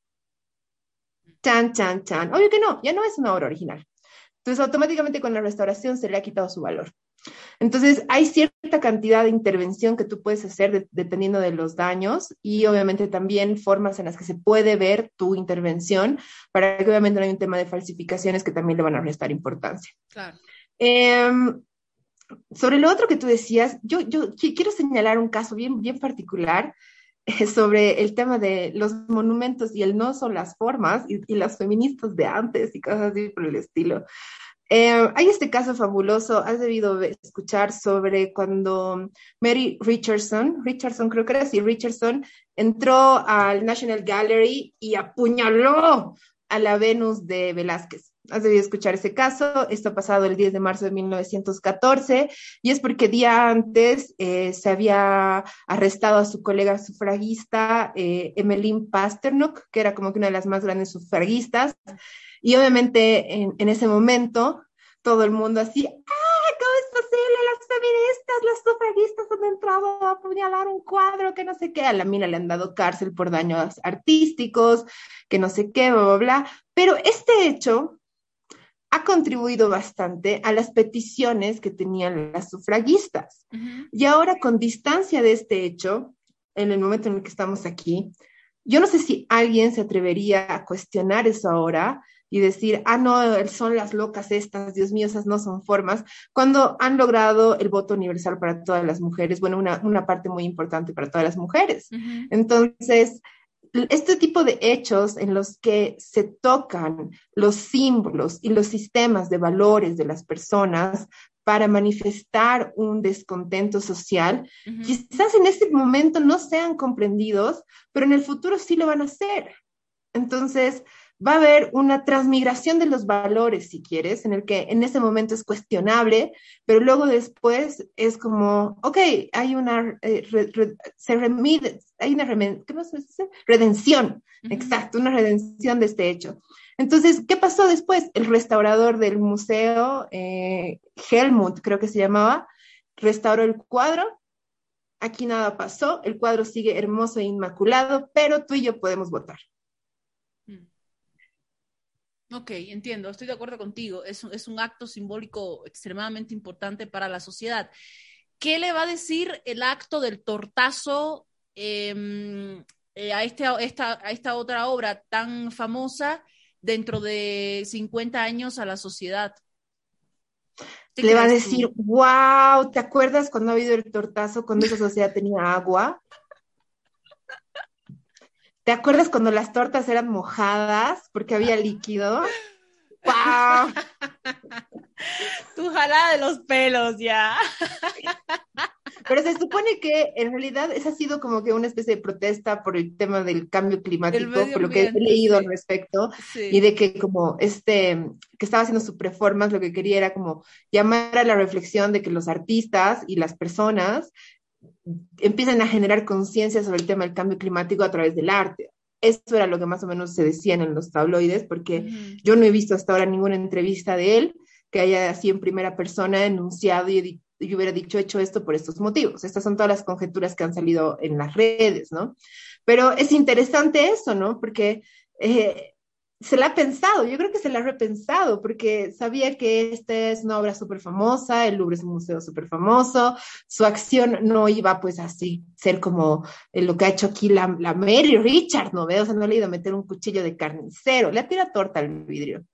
Chan, chan, chan. Obvio que no, ya no es una obra original. Entonces, automáticamente con la restauración se le ha quitado su valor. Entonces, hay cierta cantidad de intervención que tú puedes hacer de, dependiendo de los daños, y obviamente también formas en las que se puede ver tu intervención, para que obviamente no haya un tema de falsificaciones que también le van a restar importancia. Claro. Eh, sobre lo otro que tú decías, yo, yo quiero señalar un caso bien, bien particular, sobre el tema de los monumentos y el no son las formas, y, y las feministas de antes y cosas así por el estilo. Eh, hay este caso fabuloso, has debido escuchar sobre cuando Mary Richardson, Richardson creo que era así, Richardson, entró al National Gallery y apuñaló a la Venus de Velázquez. Has debido escuchar ese caso. Esto ha pasado el diez de marzo de mil novecientos catorce, y es porque día antes eh, se había arrestado a su colega sufragista eh, Emmeline Pasternak, que era como que una de las más grandes sufragistas, y obviamente en, en ese momento todo el mundo así, ¡ah! ¿Cómo es las sufragistas han entrado a apuñalar un cuadro, que no sé qué, a la mina le han dado cárcel por daños artísticos, que no sé qué, bla, bla, bla. Pero este hecho ha contribuido bastante a las peticiones que tenían las sufragistas. Uh-huh. Y ahora, con distancia de este hecho, en el momento en el que estamos aquí, yo no sé si alguien se atrevería a cuestionar eso ahora y decir, ah, no, son las locas estas, Dios mío, esas no son formas, cuando han logrado el voto universal para todas las mujeres, bueno, una, una parte muy importante para todas las mujeres. Uh-huh. Entonces, este tipo de hechos en los que se tocan los símbolos y los sistemas de valores de las personas para manifestar un descontento social, uh-huh. quizás en este momento no sean comprendidos, pero en el futuro sí lo van a hacer. Entonces, va a haber una transmigración de los valores, si quieres, en el que en ese momento es cuestionable, pero luego después es como, ok, hay una, eh, re, re, se remide, hay una remen, ¿qué más se dice? Redención, uh-huh. exacto, una redención de este hecho. Entonces, ¿qué pasó después? El restaurador del museo, eh, Helmut, creo que se llamaba, restauró el cuadro. Aquí nada pasó, el cuadro sigue hermoso e inmaculado, pero tú y yo podemos votar. Ok, entiendo, estoy de acuerdo contigo. Es un, es un acto simbólico extremadamente importante para la sociedad. ¿Qué le va a decir el acto del tortazo eh, eh, a, este, a, esta, a esta otra obra tan famosa dentro de cincuenta años a la sociedad? Le va a decir, tú? wow, ¿te acuerdas cuando ha habido el tortazo, cuando esa sociedad tenía agua? ¿Te acuerdas cuando las tortas eran mojadas porque había líquido? ¡Wow! Tu jalada de los pelos, ya. Pero se supone que en realidad esa ha sido como que una especie de protesta por el tema del cambio climático, por lo que he leído sí. al respecto, sí. y de que como este, que estaba haciendo su performance, lo que quería era como llamar a la reflexión de que los artistas y las personas empiezan a generar conciencia sobre el tema del cambio climático a través del arte. Eso era lo que más o menos se decían en los tabloides, porque uh-huh. yo no he visto hasta ahora ninguna entrevista de él que haya así en primera persona enunciado y, y hubiera dicho, hecho esto por estos motivos. Estas son todas las conjeturas que han salido en las redes, ¿no? Pero es interesante eso, ¿no? Porque eh, se la ha pensado, yo creo que se la ha repensado, porque sabía que esta es una obra súper famosa, el Louvre es un museo súper famoso, su acción no iba pues así, ser como eh, lo que ha hecho aquí la, la Mary Richard, ¿no ve? O sea, no le ha ido a meter un cuchillo de carnicero, le ha tirado torta al vidrio.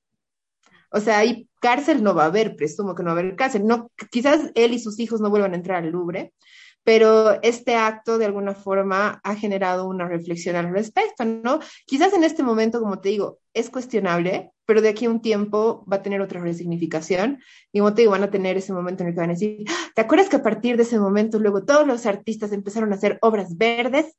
O sea, ahí cárcel no va a haber, presumo que no va a haber cárcel. No, quizás él y sus hijos no vuelvan a entrar al Louvre, pero este acto de alguna forma ha generado una reflexión al respecto, ¿no? Quizás en este momento, como te digo, es cuestionable, pero de aquí a un tiempo va a tener otra resignificación, y como te digo, van a tener ese momento en el que van a decir, ¿te acuerdas que a partir de ese momento luego todos los artistas empezaron a hacer obras verdes?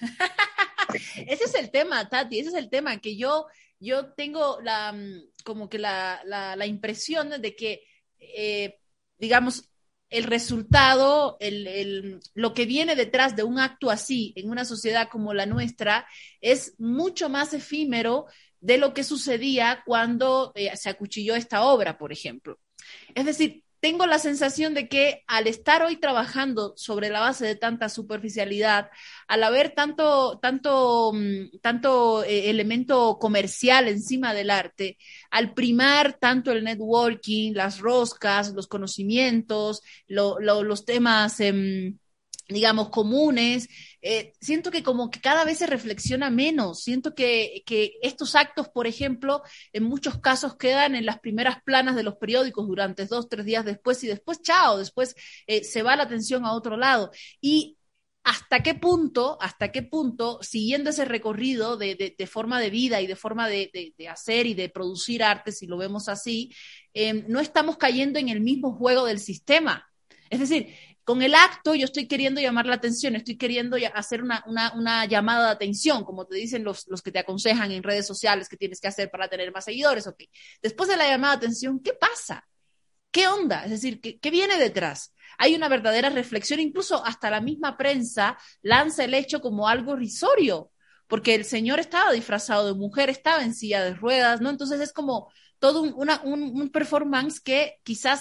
Ese es el tema, Tati, ese es el tema, que yo, yo tengo la, como que la, la, la impresión de que, eh, digamos, el resultado, el, el, lo que viene detrás de un acto así en una sociedad como la nuestra es mucho más efímero de lo que sucedía cuando eh, se acuchilló esta obra, por ejemplo. Es decir, tengo la sensación de que al estar hoy trabajando sobre la base de tanta superficialidad, al haber tanto, tanto, tanto eh, elemento comercial encima del arte, al primar tanto el networking, las roscas, los conocimientos, lo, lo, los temas, eh, digamos, comunes, eh, siento que como que cada vez se reflexiona menos, siento que, que estos actos, por ejemplo, en muchos casos quedan en las primeras planas de los periódicos durante dos, tres días después y después, chao, después eh, se va la atención a otro lado. Y hasta qué punto, hasta qué punto, siguiendo ese recorrido de, de, de forma de vida y de forma de, de, de hacer y de producir arte, si lo vemos así, eh, no estamos cayendo en el mismo juego del sistema. Es decir, con el acto yo estoy queriendo llamar la atención, estoy queriendo hacer una, una, una llamada de atención, como te dicen los, los que te aconsejan en redes sociales que tienes que hacer para tener más seguidores. Okay. Después de la llamada de atención, ¿qué pasa? ¿Qué onda? Es decir, ¿qué, qué viene detrás? Hay una verdadera reflexión, incluso hasta la misma prensa lanza el hecho como algo risorio, porque el señor estaba disfrazado de mujer, estaba en silla de ruedas, ¿no? Entonces es como todo un, una, un, un performance que quizás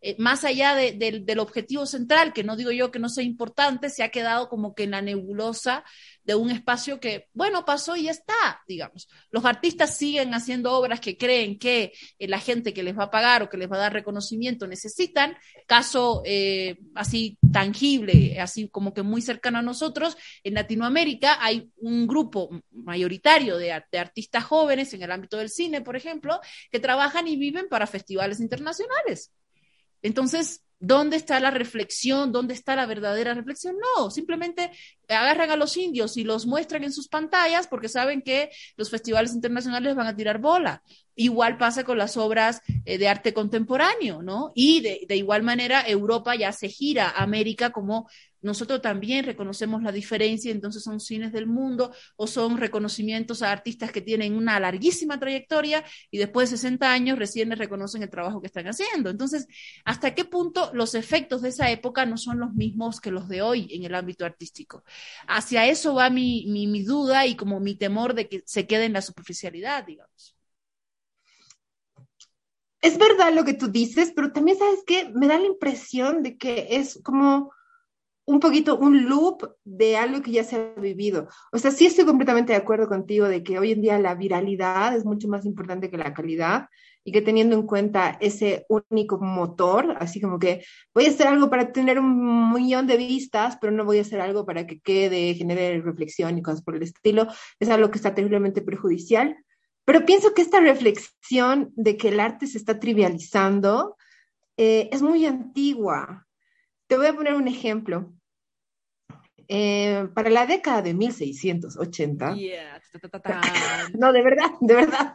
eh, más allá de, de, del objetivo central, que no digo yo que no sea importante, se ha quedado como que en la nebulosa de un espacio que, bueno, pasó y ya está, digamos. Los artistas siguen haciendo obras que creen que eh, la gente que les va a pagar o que les va a dar reconocimiento necesitan. Caso eh, así tangible, así como que muy cercano a nosotros, en Latinoamérica hay un grupo mayoritario de, de artistas jóvenes en el ámbito del cine, por ejemplo, que trabajan y viven para festivales internacionales. Entonces, ¿dónde está la reflexión? ¿Dónde está la verdadera reflexión? No, simplemente agarran a los indios y los muestran en sus pantallas porque saben que los festivales internacionales van a tirar bola. Igual pasa con las obras eh, de arte contemporáneo, ¿no? Y de, de igual manera Europa ya se gira a América como nosotros también reconocemos la diferencia, entonces son cines del mundo o son reconocimientos a artistas que tienen una larguísima trayectoria y después de sesenta años recién les reconocen el trabajo que están haciendo. Entonces, ¿hasta qué punto los efectos de esa época no son los mismos que los de hoy en el ámbito artístico? Hacia eso va mi, mi, mi duda y como mi temor de que se quede en la superficialidad, digamos. Es verdad lo que tú dices, pero también, ¿sabes qué? Me da la impresión de que es como un poquito un loop de algo que ya se ha vivido. O sea, sí estoy completamente de acuerdo contigo de que hoy en día la viralidad es mucho más importante que la calidad y que teniendo en cuenta ese único motor, así como que voy a hacer algo para tener un millón de vistas, pero no voy a hacer algo para que quede, genere reflexión y cosas por el estilo, es algo que está terriblemente perjudicial. Pero pienso que esta reflexión de que el arte se está trivializando eh, es muy antigua. Te voy a poner un ejemplo. Eh, para la década de mil seiscientos ochenta, yeah. No, de verdad, de verdad,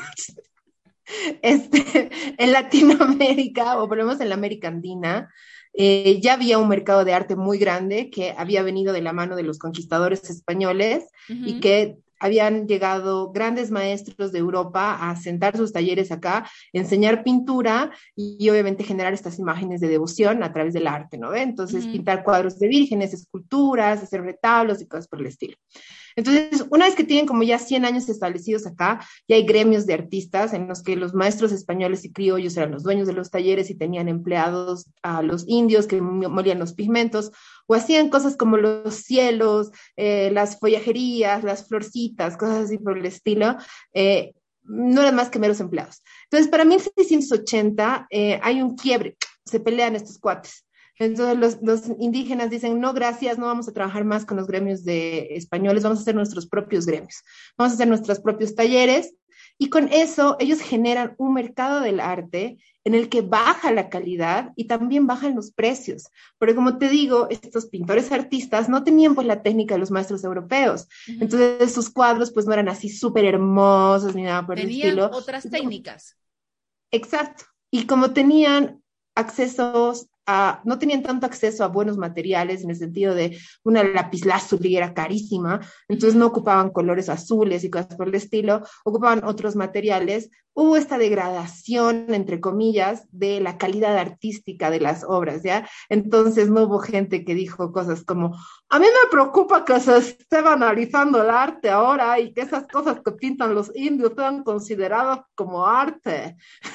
este, en Latinoamérica, o por lo menos en la América Andina, eh, ya había un mercado de arte muy grande que había venido de la mano de los conquistadores españoles uh-huh. y que habían llegado grandes maestros de Europa a sentar sus talleres acá, enseñar pintura y, y obviamente generar estas imágenes de devoción a través del arte, ¿no? Entonces, uh-huh. pintar cuadros de vírgenes, esculturas, hacer retablos y cosas por el estilo. Entonces, una vez que tienen como ya cien años establecidos acá, ya hay gremios de artistas en los que los maestros españoles y criollos eran los dueños de los talleres y tenían empleados a los indios que molían los pigmentos, o hacían cosas como los cielos, eh, las follajerías, las florcitas, cosas así por el estilo, eh, no eran más que meros empleados. Entonces, para mil seiscientos ochenta eh, hay un quiebre, se pelean estos cuates. Entonces los, los indígenas dicen, no, gracias, no vamos a trabajar más con los gremios de españoles, vamos a hacer nuestros propios gremios, vamos a hacer nuestros propios talleres, y con eso ellos generan un mercado del arte en el que baja la calidad y también bajan los precios. Porque como te digo, estos pintores artistas no tenían pues la técnica de los maestros europeos, uh-huh. entonces sus cuadros pues no eran así súper hermosos ni nada por tenían el estilo. Tenían otras técnicas. Exacto, y como tenían accesos a, no tenían tanto acceso a buenos materiales en el sentido de una lapislázuli era carísima, entonces no ocupaban colores azules y cosas por el estilo, ocupaban otros materiales. Hubo esta degradación, entre comillas, de la calidad artística de las obras, ¿ya? Entonces no hubo gente que dijo cosas como, a mí me preocupa que se esté banalizando el arte ahora y que esas cosas que pintan los indios sean consideradas como arte.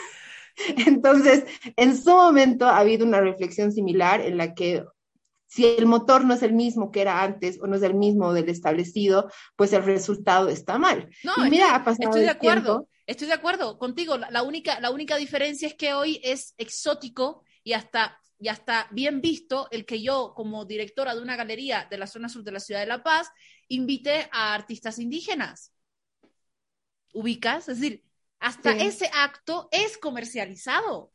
Entonces, en su momento ha habido una reflexión similar en la que si el motor no es el mismo que era antes o no es el mismo del establecido, pues el resultado está mal. No, y mira, estoy, ha pasado estoy de el acuerdo, tiempo. estoy de acuerdo contigo. La, la, única, la única diferencia es que hoy es exótico y hasta, y hasta bien visto el que yo, como directora de una galería de la zona sur de la ciudad de La Paz, invite a artistas indígenas. ¿Ubicas? Es decir, hasta sí. ese acto es comercializado.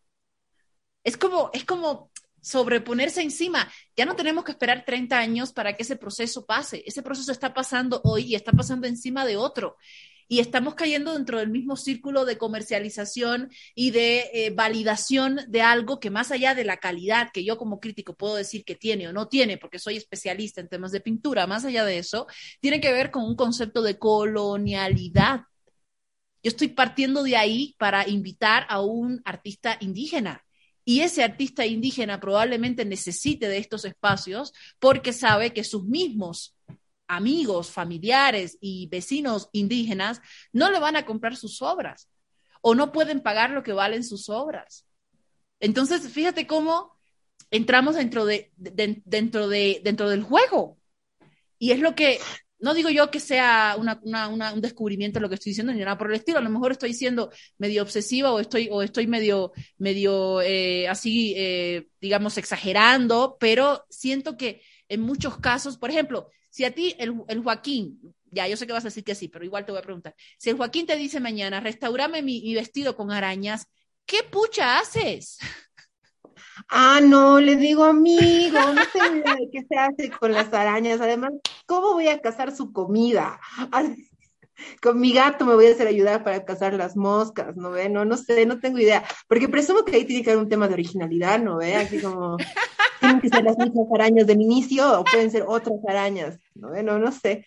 Es como, es como sobreponerse encima. Ya no tenemos que esperar treinta años para que ese proceso pase. Ese proceso está pasando hoy y está pasando encima de otro. Y estamos cayendo dentro del mismo círculo de comercialización y de eh, validación de algo que más allá de la calidad que yo como crítico puedo decir que tiene o no tiene, porque soy especialista en temas de pintura, más allá de eso, tiene que ver con un concepto de colonialidad. Yo estoy partiendo de ahí para invitar a un artista indígena. Y ese artista indígena probablemente necesite de estos espacios porque sabe que sus mismos amigos, familiares y vecinos indígenas no le van a comprar sus obras o no pueden pagar lo que valen sus obras. Entonces, fíjate cómo entramos dentro, de, de, dentro, de, dentro del juego. Y es lo que, no digo yo que sea una, una, una, un descubrimiento de lo que estoy diciendo, ni nada por el estilo. A lo mejor estoy siendo medio obsesiva o estoy, o estoy medio, medio eh, así, eh, digamos, exagerando, pero siento que en muchos casos, por ejemplo, si a ti el, el Joaquín, ya yo sé que vas a decir que sí, pero igual te voy a preguntar, si el Joaquín te dice mañana, restaurame mi, mi vestido con arañas, ¿qué pucha haces? Ah, no, le digo amigo, no tengo idea de qué se hace con las arañas. Además, ¿cómo voy a cazar su comida? Ay, con mi gato me voy a hacer ayudar para cazar las moscas, ¿no ve? No, no sé, no tengo idea. Porque presumo que ahí tiene que haber un tema de originalidad, ¿no ve? Así como, tienen que ser las mismas arañas del inicio o pueden ser otras arañas, ¿no ve? No, no sé.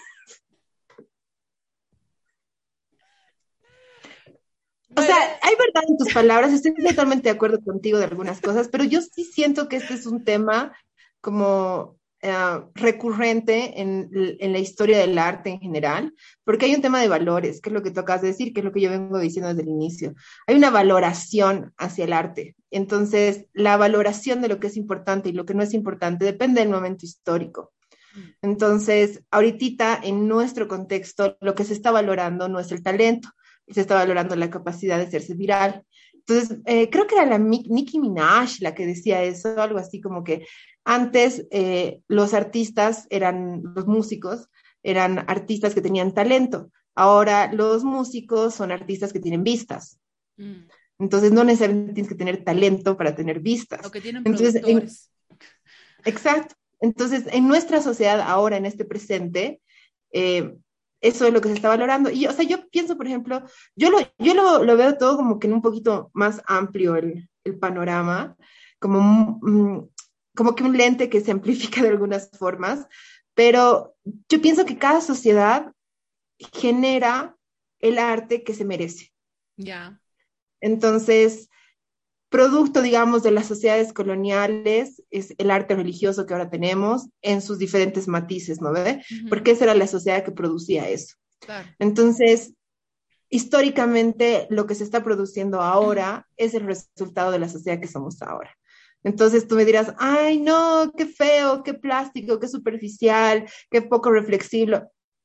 O sea, hay verdad en tus palabras, estoy totalmente de acuerdo contigo de algunas cosas, pero yo sí siento que este es un tema como uh, recurrente en, en, la historia del arte en general, porque hay un tema de valores, que es lo que tú acabas de decir, que es lo que yo vengo diciendo desde el inicio. Hay una valoración hacia el arte. Entonces, la valoración de lo que es importante y lo que no es importante depende del momento histórico. Entonces, ahorita en nuestro contexto, lo que se está valorando no es el talento, se está valorando la capacidad de hacerse viral. Entonces, eh, creo que era la Nicki Minaj la que decía eso, algo así como que antes eh, los artistas eran, los músicos, eran artistas que tenían talento. Ahora los músicos son artistas que tienen vistas. Mm. Entonces, no necesariamente tienes que tener talento para tener vistas. O que tienen Entonces, productores. En, exacto. Entonces, en nuestra sociedad ahora, en este presente, eh, eso es lo que se está valorando. Y, o sea, yo pienso, por ejemplo, yo lo, yo lo, lo veo todo como que en un poquito más amplio el, el panorama, como, mm, como que un lente que se amplifica de algunas formas, pero yo pienso que cada sociedad genera el arte que se merece. Ya. Yeah. Entonces, producto, digamos, de las sociedades coloniales es el arte religioso que ahora tenemos en sus diferentes matices, ¿no ve? Uh-huh. Porque esa era la sociedad que producía eso. Claro. Entonces, históricamente, lo que se está produciendo ahora uh-huh. es el resultado de la sociedad que somos ahora. Entonces tú me dirás, ay, no, qué feo, qué plástico, qué superficial, qué poco reflexivo.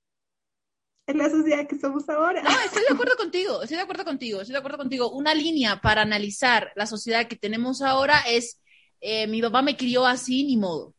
Es la sociedad que somos ahora. No, estoy de acuerdo contigo, estoy de acuerdo contigo, estoy de acuerdo contigo. Una línea para analizar la sociedad que tenemos ahora es, eh, mi papá me crió así, ni modo,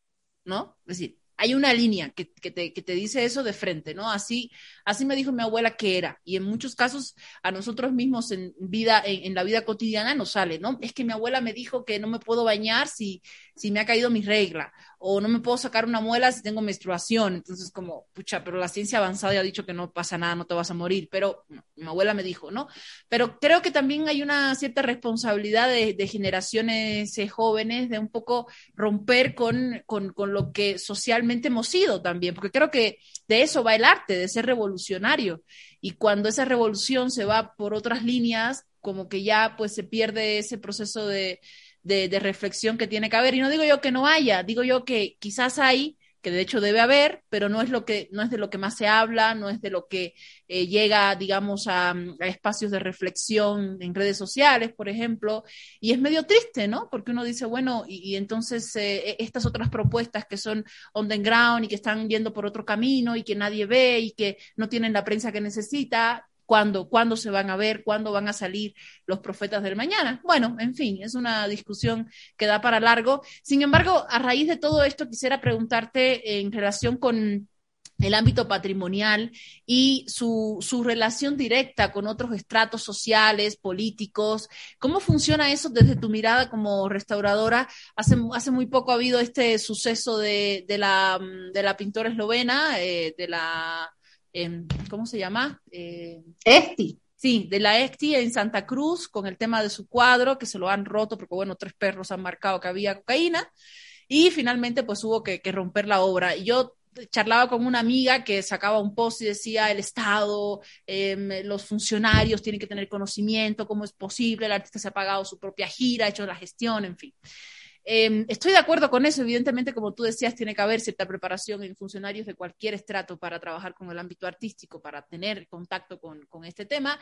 ¿no? Es decir, hay una línea que, que, te, que te dice eso de frente, ¿no? Así, así me dijo mi abuela que era. Y en muchos casos a nosotros mismos en vida, en, en la vida cotidiana nos sale, ¿no? Es que mi abuela me dijo que no me puedo bañar si, si me ha caído mi regla, o no me puedo sacar una muela si tengo menstruación. Entonces, como, pucha, pero la ciencia avanzada ya ha dicho que no pasa nada, no te vas a morir. Pero no, mi abuela me dijo, ¿no? Pero creo que también hay una cierta responsabilidad de, de generaciones eh, jóvenes de un poco romper con, con, con lo que socialmente hemos sido también, porque creo que de eso va el arte, de ser revolucionario. Y cuando esa revolución se va por otras líneas, como que ya pues se pierde ese proceso de De, de reflexión que tiene que haber. Y no digo yo que no haya, digo yo que quizás hay, que de hecho debe haber, pero no es, lo que, no es de lo que más se habla, no es de lo que eh, llega, digamos, a, a espacios de reflexión en redes sociales, por ejemplo, y es medio triste, ¿no? Porque uno dice, bueno, y, y entonces eh, estas otras propuestas que son underground y que están yendo por otro camino y que nadie ve y que no tienen la prensa que necesita, ¿Cuándo, ¿Cuándo se van a ver? ¿Cuándo van a salir los profetas del mañana? Bueno, en fin, es una discusión que da para largo. Sin embargo, a raíz de todo esto, quisiera preguntarte en relación con el ámbito patrimonial y su, su relación directa con otros estratos sociales, políticos. ¿Cómo funciona eso desde tu mirada como restauradora? Hace, hace muy poco ha habido este suceso de, de, la, de la pintora eslovena, eh, de la... ¿cómo se llama? Eh, Esti. Sí, de la Esti en Santa Cruz, con el tema de su cuadro, que se lo han roto, porque bueno, tres perros han marcado que había cocaína, y finalmente pues hubo que, que romper la obra. Y yo charlaba con una amiga que sacaba un post y decía, el Estado, eh, los funcionarios tienen que tener conocimiento, cómo es posible, el artista se ha pagado su propia gira, ha hecho la gestión, en fin. Eh, estoy de acuerdo con eso, evidentemente, como tú decías, tiene que haber cierta preparación en funcionarios de cualquier estrato para trabajar con el ámbito artístico, para tener contacto con, con este tema.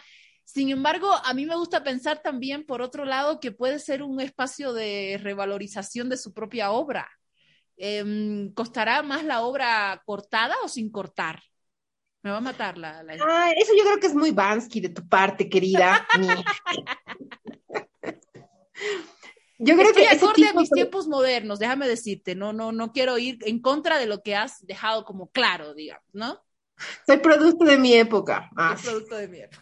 Sin embargo, a mí me gusta pensar también, por otro lado, que puede ser un espacio de revalorización de su propia obra. Eh, ¿Costará más la obra cortada o sin cortar? Me va a matar la... la... Ah, eso yo creo que es muy Bansky de tu parte, querida. Yo creo Estoy que ese acorde tipo a mis de... tiempos modernos, déjame decirte, no, no, no quiero ir en contra de lo que has dejado como claro, digamos, ¿no? Soy producto de mi época. Ah. Es producto de mi época.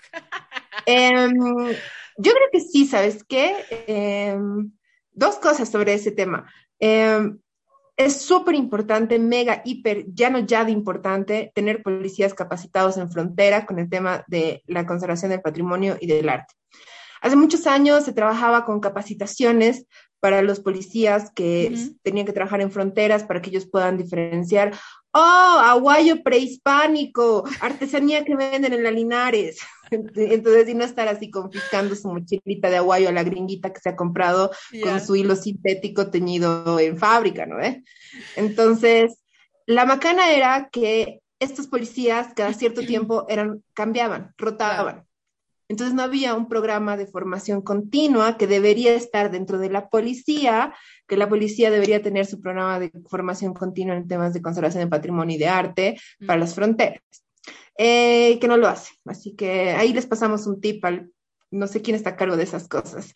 Eh, yo creo que sí, ¿sabes qué? Eh, dos cosas sobre ese tema. Eh, es súper importante, mega, hiper, ya no ya de importante, tener policías capacitados en frontera con el tema de la conservación del patrimonio y del arte. Hace muchos años se trabajaba con capacitaciones para los policías que uh-huh. tenían que trabajar en fronteras para que ellos puedan diferenciar. ¡Oh, aguayo prehispánico! Artesanía que venden en la Linares. Entonces, y no estar así confiscando su mochilita de aguayo a la gringuita que se ha comprado yeah. con su hilo sintético teñido en fábrica, ¿no? ¿Eh? Entonces, la macana era que estos policías cada cierto tiempo eran, cambiaban, rotaban. Claro. Entonces no había un programa de formación continua que debería estar dentro de la policía, que la policía debería tener su programa de formación continua en temas de conservación de patrimonio y de arte mm. para las fronteras, eh, que no lo hace. Así que ahí les pasamos un tip al, no sé quién está a cargo de esas cosas.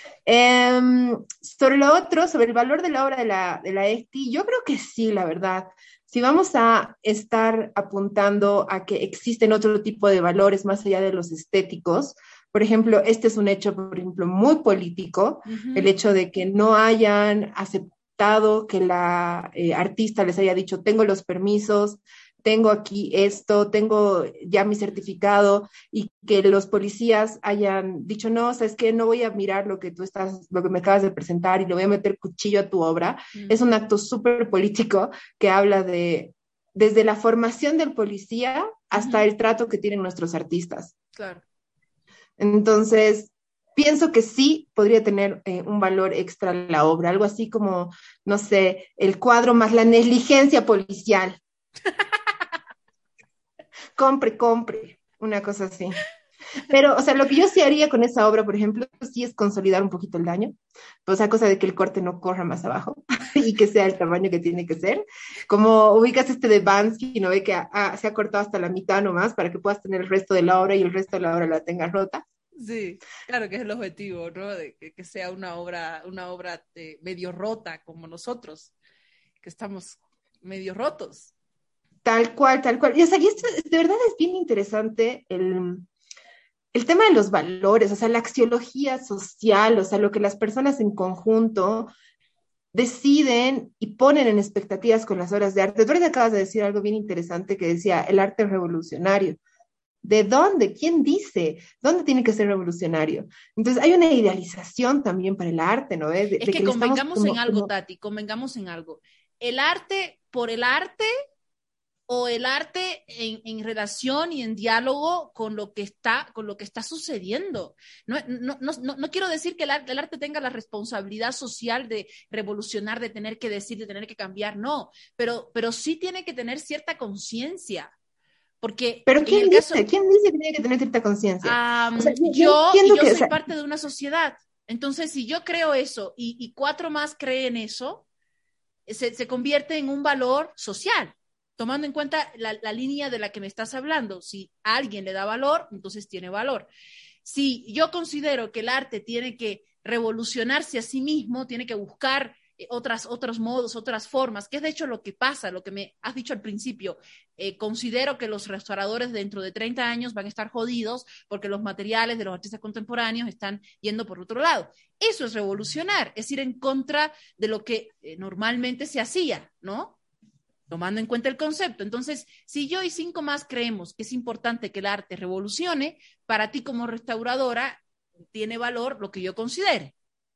Eh, sobre lo otro, sobre el valor de la obra de la, de la E F T I, yo creo que sí, la verdad. Si vamos a estar apuntando a que existen otro tipo de valores más allá de los estéticos, por ejemplo, este es un hecho, por ejemplo, muy político, uh-huh. el hecho de que no hayan aceptado que la eh, artista les haya dicho, tengo los permisos, tengo aquí esto, tengo ya mi certificado, y que los policías hayan dicho, no, sabes que no voy a mirar lo que tú estás, lo que me acabas de presentar y le voy a meter cuchillo a tu obra. Mm. Es un acto súper político que habla de, desde la formación del policía hasta mm. el trato que tienen nuestros artistas. Claro. Entonces, pienso que sí podría tener eh, un valor extra la obra, algo así como, no sé, el cuadro más la negligencia policial. compre, compre, una cosa así. Pero, o sea, lo que yo sí haría con esa obra, por ejemplo, sí es consolidar un poquito el daño, o sea, cosa de que el corte no corra más abajo y que sea el tamaño que tiene que ser. Como ubicas este de Bansky, ¿no ve? Que ah, se ha cortado hasta la mitad nomás para que puedas tener el resto de la obra y el resto de la obra la tengas rota. Sí, claro que es el objetivo, ¿no? De que, que sea una obra, una obra de medio rota como nosotros, que estamos medio rotos. Tal cual, tal cual. Y o sea, y esto de verdad es bien interesante el, el tema de los valores, o sea, la axiología social, o sea, lo que las personas en conjunto deciden y ponen en expectativas con las obras de arte. Tú ahorita acabas de decir algo bien interesante que decía, el arte es revolucionario. ¿De dónde? ¿Quién dice? ¿Dónde tiene que ser revolucionario? Entonces hay una idealización también para el arte, ¿no? De, es de que, que convengamos como, en algo, como... Tati, convengamos en algo. El arte por el arte o el arte en, en relación y en diálogo con lo que está, con lo que está sucediendo. No, no, no, no quiero decir que el arte, el arte tenga la responsabilidad social de revolucionar, de tener que decir, de tener que cambiar, no, pero, pero sí tiene que tener cierta conciencia. Porque ¿Pero quién dice? Caso, ¿Quién dice que tiene que tener cierta conciencia? Um, o sea, yo, yo, yo, yo que, soy o sea... parte de una sociedad. Entonces, si yo creo eso y, y cuatro más creen eso, se, se convierte en un valor social. Tomando en cuenta la, la línea de la que me estás hablando, si a alguien le da valor, entonces tiene valor. Si yo considero que el arte tiene que revolucionarse a sí mismo, tiene que buscar eh, otras, otros modos, otras formas, que es de hecho lo que pasa, lo que me has dicho al principio, eh, considero que los restauradores dentro de treinta años van a estar jodidos porque los materiales de los artistas contemporáneos están yendo por otro lado. Eso es revolucionar, es ir en contra de lo que eh, normalmente se hacía, ¿no? Tomando en cuenta el concepto. Entonces, si yo y cinco más creemos que es importante que el arte revolucione, para ti como restauradora tiene valor lo que yo considere.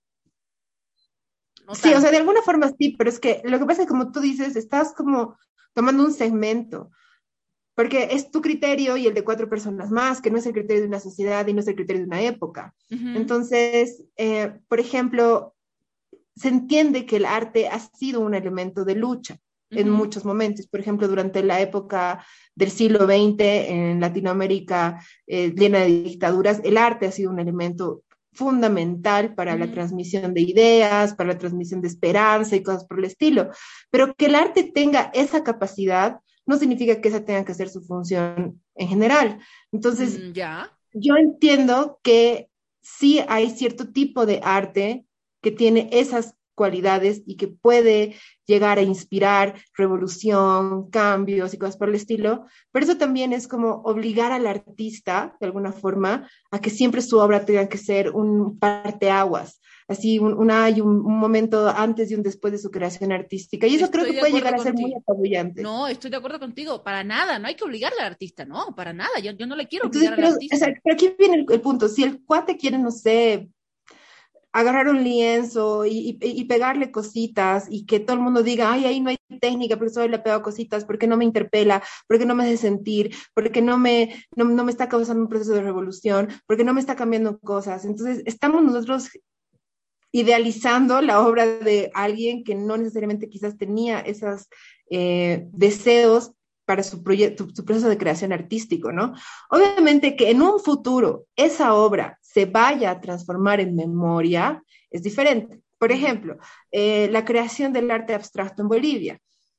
No sí, tanto. O sea, de alguna forma sí, pero es que lo que pasa es que como tú dices, estás como tomando un segmento, porque es tu criterio y el de cuatro personas más, que no es el criterio de una sociedad y no es el criterio de una época. Uh-huh. Entonces, eh, por ejemplo, se entiende que el arte ha sido un elemento de lucha. en Ujú. muchos momentos. Por ejemplo, durante la época del siglo veinte en Latinoamérica eh, llena de dictaduras, el arte ha sido un elemento fundamental para la Ujú. transmisión de ideas, para la transmisión de esperanza y cosas por el estilo. Pero que el arte tenga esa capacidad no significa que esa tenga que ser su función en general. Entonces, Mm, ya. yo entiendo que sí hay cierto tipo de arte que tiene esas cualidades y que puede llegar a inspirar revolución, cambios y cosas por el estilo, pero eso también es como obligar al artista, de alguna forma, a que siempre su obra tenga que ser un parteaguas, así un, un, hay un, un momento antes y un después de su creación artística, y eso creo Estoy que de puede acuerdo llegar a ser muy contigo. apabullante. No, estoy de acuerdo contigo. Para nada, no hay que obligarle al artista, no, para nada. Yo, yo no le quiero Entonces, obligar al pero, o sea, artista. pero aquí viene el, el punto, si el cuate quiere, no sé, agarrar un lienzo y, y, y, pegarle cositas y que todo el mundo diga, ay, ahí no hay técnica, porque solo le he pegado cositas, porque no me interpela, porque no me hace sentir, porque no me, no, no me está causando un proceso de revolución, porque no me está cambiando cosas. Entonces, estamos nosotros idealizando la obra de alguien que no necesariamente quizás tenía esos eh, deseos para su proyecto, su proceso de creación artístico, ¿no? Obviamente que en un futuro esa obra se vaya a transformar en memoria es diferente. Por ejemplo, eh, la creación del arte abstracto en Bolivia.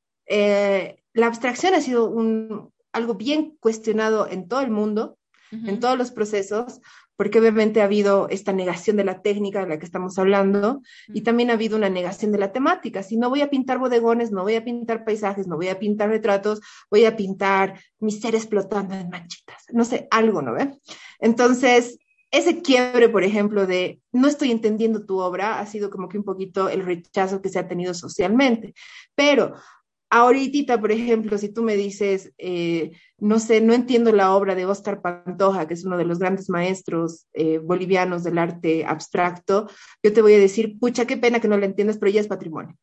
Eh, la abstracción ha sido un, algo bien cuestionado en todo el mundo, Uh-huh. en todos los procesos, porque obviamente ha habido esta negación de la técnica de la que estamos hablando, uh-huh. y también ha habido una negación de la temática. Si no voy a pintar bodegones, no voy a pintar paisajes, no voy a pintar retratos, voy a pintar mis seres flotando en manchitas, no sé, algo, ¿no ve? Entonces, ese quiebre, por ejemplo, de no estoy entendiendo tu obra, ha sido como que un poquito el rechazo que se ha tenido socialmente. Pero ahorita, por ejemplo, si tú me dices, eh, no sé, no entiendo la obra de Óscar Pantoja, que es uno de los grandes maestros eh, bolivianos del arte abstracto, yo te voy a decir, pucha, qué pena que no la entiendas, pero ya es patrimonio.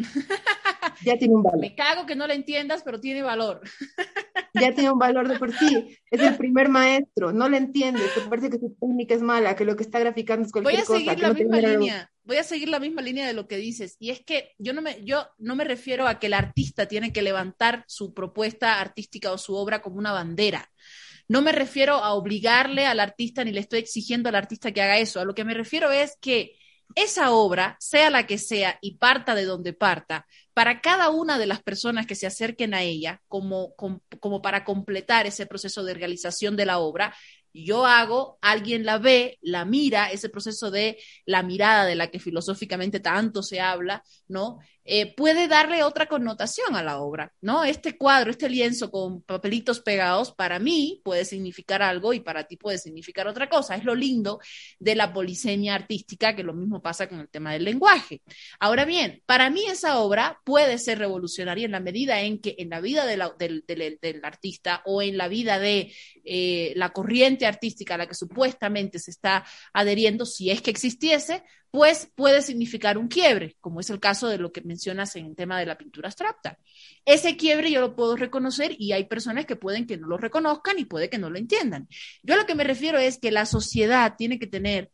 Ya tiene un valor. Me cago que no la entiendas, pero tiene valor. Ya tiene un valor de por sí. Es el primer maestro, no le entiendes, te parece que su técnica es mala, que lo que está graficando es cualquier cosa. Voy a seguir que la no misma tiene... línea, voy a seguir la misma línea de lo que dices, y es que yo no me, yo no me refiero a que el artista tiene que levantar su propuesta artística o su obra como una bandera. No me refiero a obligarle al artista ni le estoy exigiendo al artista que haga eso. A lo que me refiero es que esa obra, sea la que sea y parta de donde parta, para cada una de las personas que se acerquen a ella, como, como, como para completar ese proceso de realización de la obra, yo hago, alguien la ve, la mira, ese proceso de la mirada de la que filosóficamente tanto se habla, ¿no? Eh, puede darle otra connotación a la obra, ¿no? Este cuadro, este lienzo con papelitos pegados, para mí puede significar algo y para ti puede significar otra cosa. Es lo lindo de la polisemia artística, que lo mismo pasa con el tema del lenguaje. Ahora bien, para mí esa obra puede ser revolucionaria en la medida en que en la vida de la, del, del, del artista o en la vida de eh, la corriente artística a la que supuestamente se está adheriendo, si es que existiese, pues puede significar un quiebre, como es el caso de lo que mencionas en el tema de la pintura abstracta. Ese quiebre yo lo puedo reconocer y hay personas que pueden que no lo reconozcan y puede que no lo entiendan. Yo a lo que me refiero es que la sociedad tiene que tener,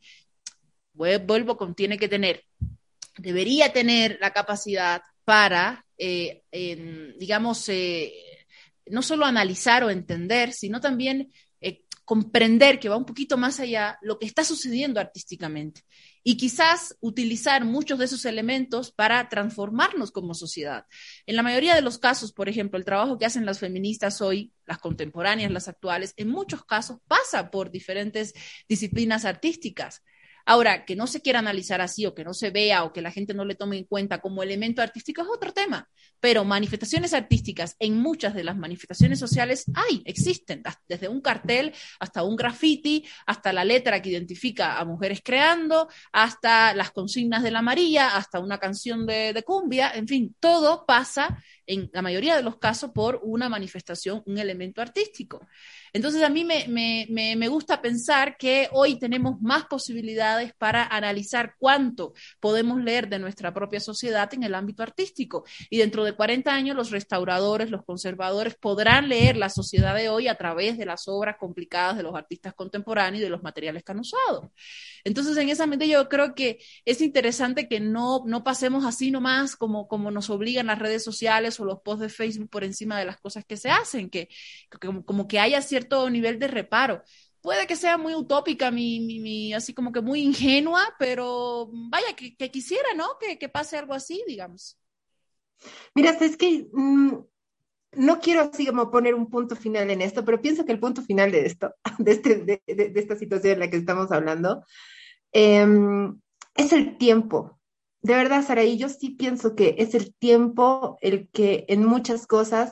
vuelvo con tiene que tener, debería tener la capacidad para, eh, en, digamos, eh, no solo analizar o entender, sino también eh, comprender que va un poquito más allá lo que está sucediendo artísticamente y quizás utilizar muchos de esos elementos para transformarnos como sociedad. En la mayoría de los casos, por ejemplo, el trabajo que hacen las feministas hoy, las contemporáneas, las actuales, en muchos casos pasa por diferentes disciplinas artísticas. Ahora, que no se quiera analizar así o que no se vea o que la gente no le tome en cuenta como elemento artístico es otro tema, pero manifestaciones artísticas en muchas de las manifestaciones sociales hay, existen, desde un cartel hasta un graffiti, hasta la letra que identifica a mujeres creando, hasta las consignas de la María, hasta una canción de, de cumbia, en fin, todo pasa en la mayoría de los casos por una manifestación, un elemento artístico. Entonces a mí me, me, me, me gusta pensar que hoy tenemos más posibilidades para analizar cuánto podemos leer de nuestra propia sociedad en el ámbito artístico. Y dentro de cuarenta años los restauradores, los conservadores podrán leer la sociedad de hoy a través de las obras complicadas de los artistas contemporáneos y de los materiales que han usado. Entonces en esa mente yo creo que es interesante que no, no pasemos así nomás como, como nos obligan las redes sociales redes o los posts de Facebook por encima de las cosas que se hacen, que, que como, como que haya cierto nivel de reparo. Puede que sea muy utópica, mi, mi, mi, así como que muy ingenua, pero vaya, que, que quisiera, ¿no? Que, que pase algo así, digamos. Mira, es que mmm, no quiero así como poner un punto final en esto, pero pienso que el punto final de esto, de, este, de, de, de esta situación en la que estamos hablando, eh, es el tiempo. De verdad, Saraí, yo sí pienso que es el tiempo el que en muchas cosas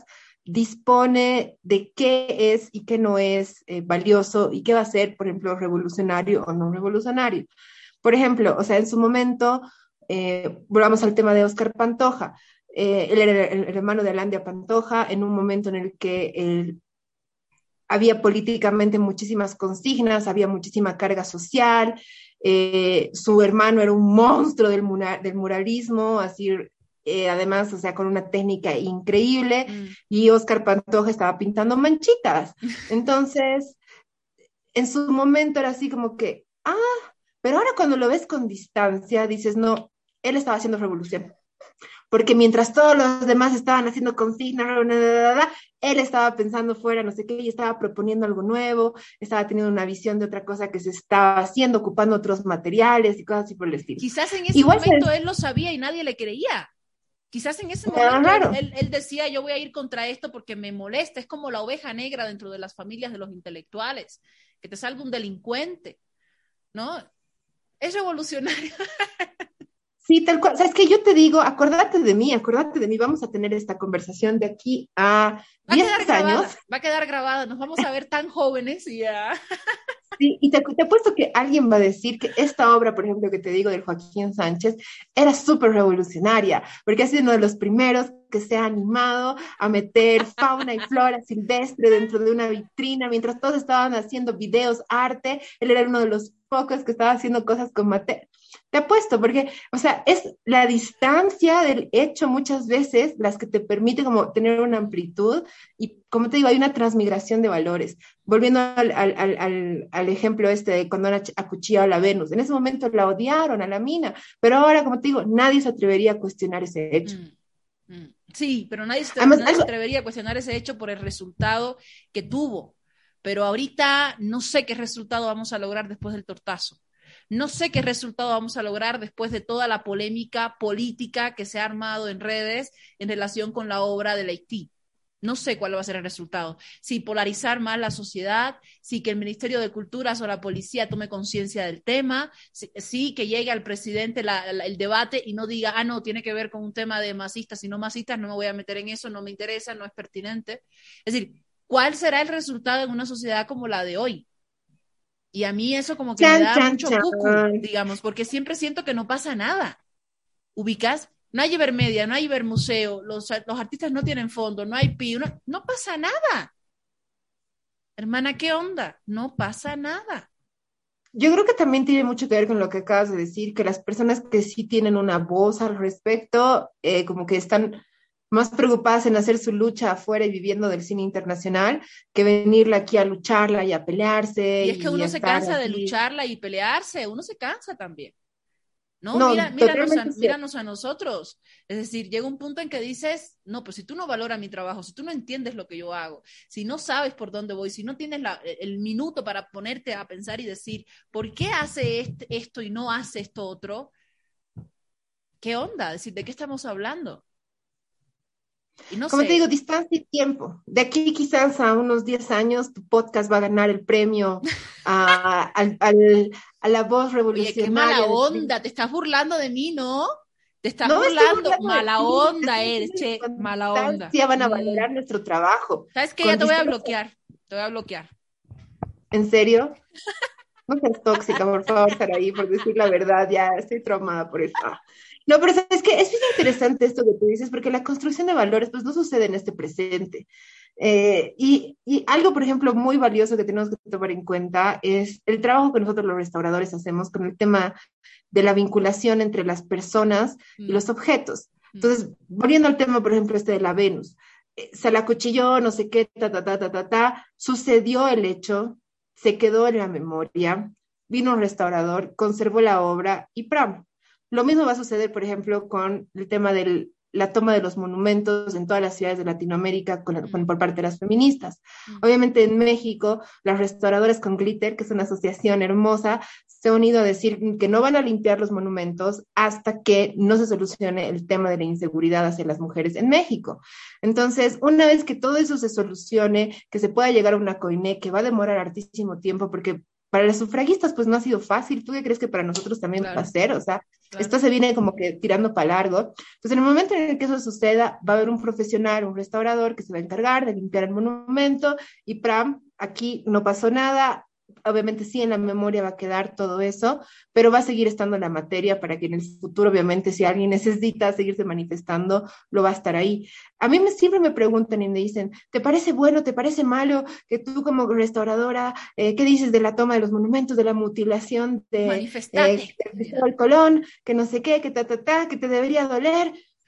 dispone de qué es y qué no es eh, valioso y qué va a ser, por ejemplo, revolucionario o no revolucionario. Por ejemplo, o sea, en su momento, eh, volvamos al tema de Óscar Pantoja. Eh, él era el, el hermano de Alandia Pantoja en un momento en el que él, había políticamente muchísimas consignas, había muchísima carga social, eh, su hermano era un monstruo del, mura, del muralismo, así eh, además, o sea, con una técnica increíble, mm. y Óscar Pantoja estaba pintando manchitas. Entonces, en su momento era así como que, ah, pero ahora cuando lo ves con distancia, dices, no, él estaba haciendo revolución. Porque mientras todos los demás estaban haciendo consignas, él estaba pensando fuera, no sé qué, y estaba proponiendo algo nuevo, estaba teniendo una visión de otra cosa que se estaba haciendo, ocupando otros materiales y cosas así por el estilo. Quizás en ese Igual momento es... él lo sabía y nadie le creía. Quizás en ese momento claro. él, él, él decía, yo voy a ir contra esto porque me molesta. Es como la oveja negra dentro de las familias de los intelectuales, que te salga un delincuente, ¿no? Es revolucionario. Sí, tal cual. ¿Sabes qué? Yo te digo, acordate de mí, acordate de mí. Vamos a tener esta conversación de aquí a diez años. Grabada, va a quedar grabada. Nos vamos a ver tan jóvenes y ya. Sí, y te, te apuesto que alguien va a decir que esta obra, por ejemplo, que te digo del Joaquín Sánchez, era súper revolucionaria, porque ha sido uno de los primeros que se ha animado a meter fauna y flora silvestre dentro de una vitrina, mientras todos estaban haciendo videos, arte, él era uno de los pocos que estaba haciendo cosas con materia. Te apuesto, porque, o sea, es la distancia del hecho muchas veces las que te permite como tener una amplitud y, como te digo, hay una transmigración de valores. Volviendo al, al, al, al ejemplo este de cuando han acuchillado a la Venus, en ese momento la odiaron a la mina, pero ahora, como te digo, nadie se atrevería a cuestionar ese hecho. Mm, mm. Sí, pero nadie, se, Además, nadie algo... se atrevería a cuestionar ese hecho por el resultado que tuvo. Pero ahorita no sé qué resultado vamos a lograr después del tortazo. No sé qué resultado vamos a lograr después de toda la polémica política que se ha armado en redes en relación con la obra del Haití. No sé cuál va a ser el resultado. Si polarizar más la sociedad, si que el Ministerio de Culturas o la policía tome conciencia del tema, si, si que llegue al presidente la, la, el debate y no diga, ah, no, tiene que ver con un tema de masistas y no masistas, no me voy a meter en eso, no me interesa, no es pertinente. Es decir, ¿cuál será el resultado en una sociedad como la de hoy? Y a mí eso como que chan, me da chan, mucho cucu, digamos, porque siempre siento que no pasa nada. ¿Ubicas? No hay Ibermedia, no hay Ibermuseo, los, los artistas no tienen fondo, no hay P I, no, no pasa nada. Hermana, ¿qué onda? No pasa nada. Yo creo que también tiene mucho que ver con lo que acabas de decir, que las personas que sí tienen una voz al respecto, eh, como que están más preocupadas en hacer su lucha afuera y viviendo del cine internacional, que venirle aquí a lucharla y a pelearse. Y es que uno y se cansa aquí. de lucharla y pelearse, uno se cansa también. No, no Mira, míranos, a, míranos a nosotros. Es decir, llega un punto en que dices, no, pues si tú no valoras mi trabajo, si tú no entiendes lo que yo hago, si no sabes por dónde voy, si no tienes la, el minuto para ponerte a pensar y decir, ¿por qué hace este, esto y no hace esto otro? ¿Qué onda? Es decir, ¿de qué estamos hablando? Y no Como sé. te digo, distancia y tiempo. De aquí quizás a unos diez años tu podcast va a ganar el premio a, a, a, a la voz revolucionaria. Oye, qué mala onda, te estás burlando de mí, ¿no? Te estás no burlando, burlando mala ti, onda eres, che, mala onda. Ya van a valorar mm. nuestro trabajo. ¿Sabes qué? Ya te voy a bloquear, te voy a bloquear. ¿En serio? No seas tóxica, por favor, Saraí, por decir la verdad, ya estoy traumada por eso. No, pero es que es bien interesante esto que tú dices, porque la construcción de valores pues no sucede en este presente. Eh, y, y algo, por ejemplo, muy valioso que tenemos que tomar en cuenta es el trabajo que nosotros los restauradores hacemos con el tema de la vinculación entre las personas mm. y los objetos. Entonces, volviendo al tema, por ejemplo, este de la Venus, eh, se la cuchilló, no sé qué, ta, ta, ta, ta, ta, ta, sucedió el hecho, se quedó en la memoria, vino un restaurador, conservó la obra y ¡pram! Lo mismo va a suceder, por ejemplo, con el tema de la toma de los monumentos en todas las ciudades de Latinoamérica con, Mm. con, por parte de las feministas. Mm. Obviamente en México, las restauradoras con Glitter, que es una asociación hermosa, se han unido a decir que no van a limpiar los monumentos hasta que no se solucione el tema de la inseguridad hacia las mujeres en México. Entonces, una vez que todo eso se solucione, que se pueda llegar a una COINE, que va a demorar hartísimo tiempo, porque para las sufragistas pues no ha sido fácil. ¿Tú qué crees que para nosotros también Claro. va a ser? O sea, Claro. esto se viene como que tirando para largo. Pues en el momento en el que eso suceda, va a haber un profesional, un restaurador que se va a encargar de limpiar el monumento y Pram, aquí no pasó nada. Obviamente sí, en la memoria va a quedar todo eso, pero va a seguir estando en la materia para que en el futuro, obviamente, si alguien necesita seguirse manifestando, lo va a estar ahí. A mí me, siempre me preguntan y me dicen, ¿te parece bueno, te parece malo que tú como restauradora, eh, qué dices de la toma de los monumentos, de la mutilación de, Manifestate. eh, de Cristóbal Colón, que no sé qué, que ta, ta, ta, que te debería doler?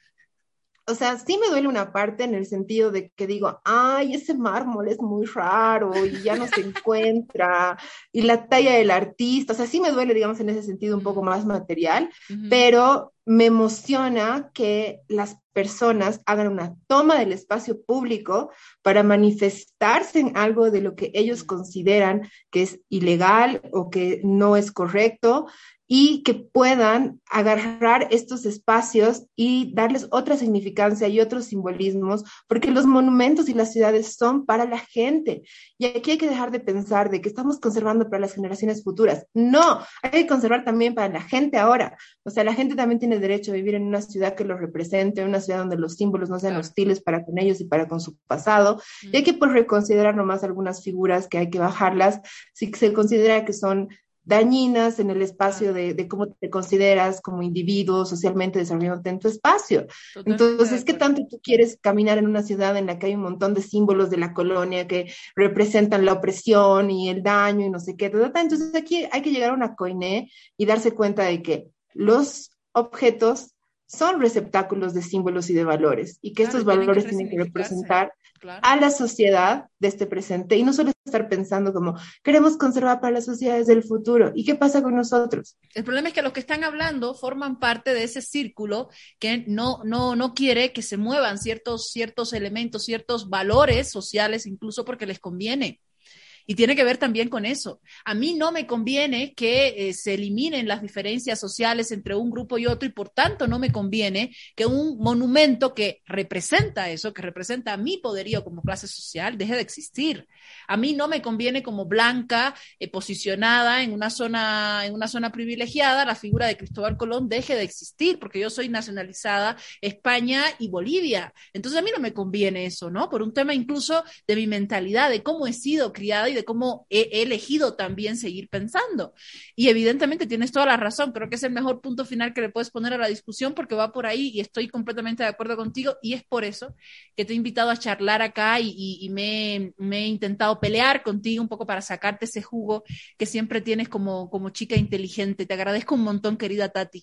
O sea, sí me duele una parte en el sentido de que digo, ay, ese mármol es muy raro y ya no se encuentra, y la talla del artista, o sea, sí me duele, digamos, en ese sentido un poco más material, Ujú. pero me emociona que las personas hagan una toma del espacio público para manifestarse en algo de lo que ellos consideran que es ilegal o que no es correcto, y que puedan agarrar estos espacios y darles otra significancia y otros simbolismos, porque los monumentos y las ciudades son para la gente. Y aquí hay que dejar de pensar de que estamos conservando para las generaciones futuras. No, hay que conservar también para la gente ahora. O sea, la gente también tiene derecho a vivir en una ciudad que los represente, en una ciudad donde los símbolos no sean Claro. hostiles para con ellos y para con su pasado. Mm. Y hay que pues reconsiderar nomás algunas figuras que hay que bajarlas, si se considera que son dañinas en el espacio de, de cómo te consideras como individuo socialmente desarrollándote en tu espacio. Totalmente Entonces, de ¿qué acuerdo. tanto tú quieres caminar en una ciudad en la que hay un montón de símbolos de la colonia que representan la opresión y el daño y no sé qué? Entonces, aquí hay que llegar a una COINE y darse cuenta de que los objetos son receptáculos de símbolos y de valores, y que Claro, estos y tienen que valores tienen que resignificarse. representar Claro. a la sociedad de este presente, y no solo estar pensando como queremos conservar para las sociedades del futuro. ¿Y qué pasa con nosotros? El problema es que los que están hablando forman parte de ese círculo que no, no, no quiere que se muevan ciertos, ciertos elementos, ciertos valores sociales, incluso porque les conviene. Y tiene que ver también con eso. A mí no me conviene que eh, se eliminen las diferencias sociales entre un grupo y otro, y por tanto no me conviene que un monumento que representa eso, que representa a mi poderío como clase social, deje de existir. A mí no me conviene como blanca eh, posicionada en una zona, en una zona privilegiada, la figura de Cristóbal Colón deje de existir, porque yo soy nacionalizada España y Bolivia. Entonces a mí no me conviene eso, ¿no? Por un tema incluso de mi mentalidad, de cómo he sido criada y de cómo he, he elegido también seguir pensando. Y evidentemente tienes toda la razón, creo que es el mejor punto final que le puedes poner a la discusión, porque va por ahí y estoy completamente de acuerdo contigo, y es por eso que te he invitado a charlar acá y, y, y me, me he intentado pelear contigo un poco para sacarte ese jugo que siempre tienes como, como chica inteligente. Te agradezco un montón, querida Tati.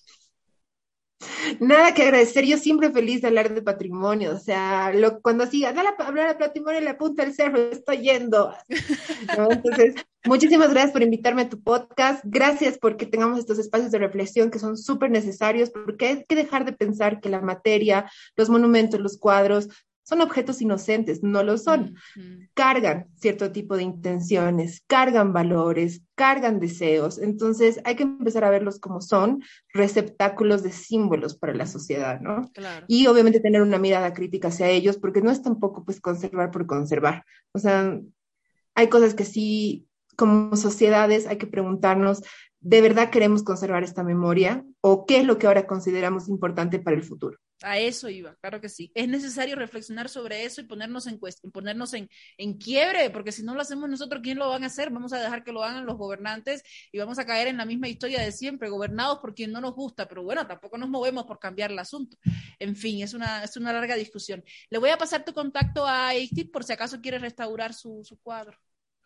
Nada que agradecer, yo siempre feliz de hablar de patrimonio, o sea, lo, cuando siga, dale a hablar de patrimonio en la punta del cerro, estoy yendo, ¿no? Entonces, muchísimas gracias por invitarme a tu podcast, gracias porque tengamos estos espacios de reflexión que son súper necesarios, porque hay que dejar de pensar que la materia, los monumentos, los cuadros, son objetos inocentes, no lo son. Mm-hmm. Cargan cierto tipo de intenciones, cargan valores, cargan deseos. Entonces hay que empezar a verlos como son receptáculos de símbolos para la sociedad, ¿no? Claro. Y obviamente tener una mirada crítica hacia ellos, porque no es tampoco pues conservar por conservar. O sea, hay cosas que sí, como sociedades, hay que preguntarnos, ¿de verdad queremos conservar esta memoria? ¿O qué es lo que ahora consideramos importante para el futuro? A eso iba, claro que sí. Es necesario reflexionar sobre eso y ponernos en cuestión, ponernos en, en quiebre, porque si no lo hacemos nosotros, ¿quién lo van a hacer? Vamos a dejar que lo hagan los gobernantes y vamos a caer en la misma historia de siempre, gobernados por quien no nos gusta, pero bueno, tampoco nos movemos por cambiar el asunto. En fin, es una, es una larga discusión. Le voy a pasar tu contacto a Eichtit por si acaso quiere restaurar su, su cuadro.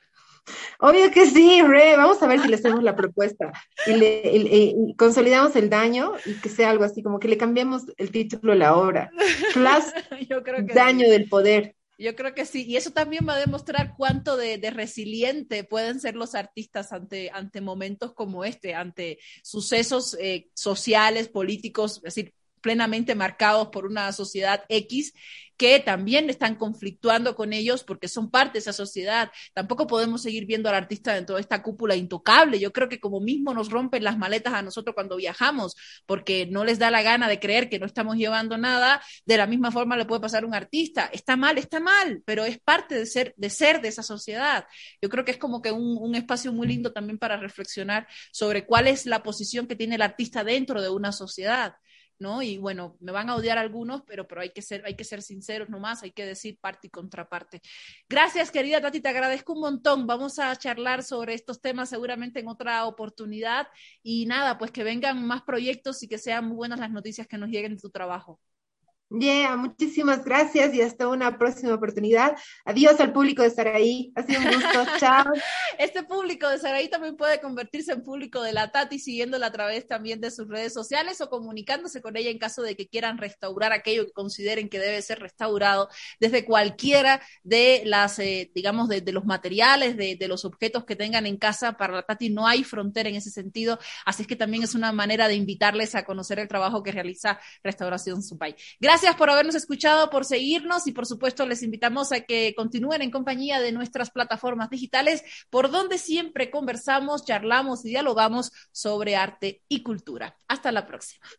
Obvio que sí, Re, vamos a ver si le hacemos la propuesta y le y, y consolidamos el daño y que sea algo así, como que le cambiemos el título a la obra. Plus, Yo creo que daño sí. del poder. Yo creo que sí, y eso también va a demostrar cuánto de, de resiliente pueden ser los artistas ante, ante momentos como este, ante sucesos eh, sociales, políticos, es decir, plenamente marcados por una sociedad X que también están conflictuando con ellos porque son parte de esa sociedad. Tampoco podemos seguir viendo al artista dentro de esta cúpula intocable. Yo creo que como mismo nos rompen las maletas a nosotros cuando viajamos porque no les da la gana de creer que no estamos llevando nada, de la misma forma le puede pasar a un artista. Está mal, está mal, pero es parte de ser de, ser de esa sociedad. Yo creo que es como que un, un espacio muy lindo también para reflexionar sobre cuál es la posición que tiene el artista dentro de una sociedad, ¿no? Y bueno, me van a odiar algunos, pero, pero hay que ser, hay que ser sinceros nomás, hay que decir parte y contraparte. Gracias, querida Tati, te agradezco un montón. Vamos a charlar sobre estos temas seguramente en otra oportunidad. Y nada, pues que vengan más proyectos y que sean muy buenas las noticias que nos lleguen de tu trabajo. Yeah, muchísimas gracias y hasta una próxima oportunidad. Adiós al público de Saraí. Ha sido un gusto. Chao. Este público de Saraí también puede convertirse en público de la Tati siguiéndola a través también de sus redes sociales o comunicándose con ella en caso de que quieran restaurar aquello que consideren que debe ser restaurado desde cualquiera de las, eh, digamos, de, de los materiales, de, de los objetos que tengan en casa. Para la Tati no hay frontera en ese sentido, así es que también es una manera de invitarles a conocer el trabajo que realiza Restauración Supay. Gracias. Gracias por habernos escuchado, por seguirnos y por supuesto les invitamos a que continúen en compañía de nuestras plataformas digitales por donde siempre conversamos, charlamos y dialogamos sobre arte y cultura. Hasta la próxima.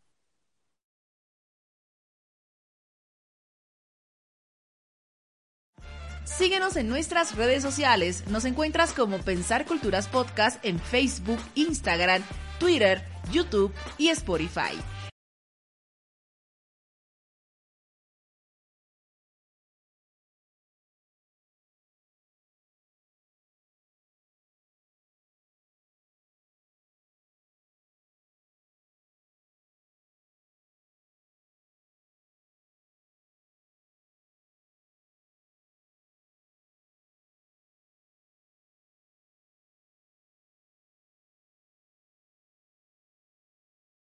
Síguenos en nuestras redes sociales. Nos encuentras como Pensar Culturas Podcast en Facebook, Instagram, Twitter, YouTube y Spotify.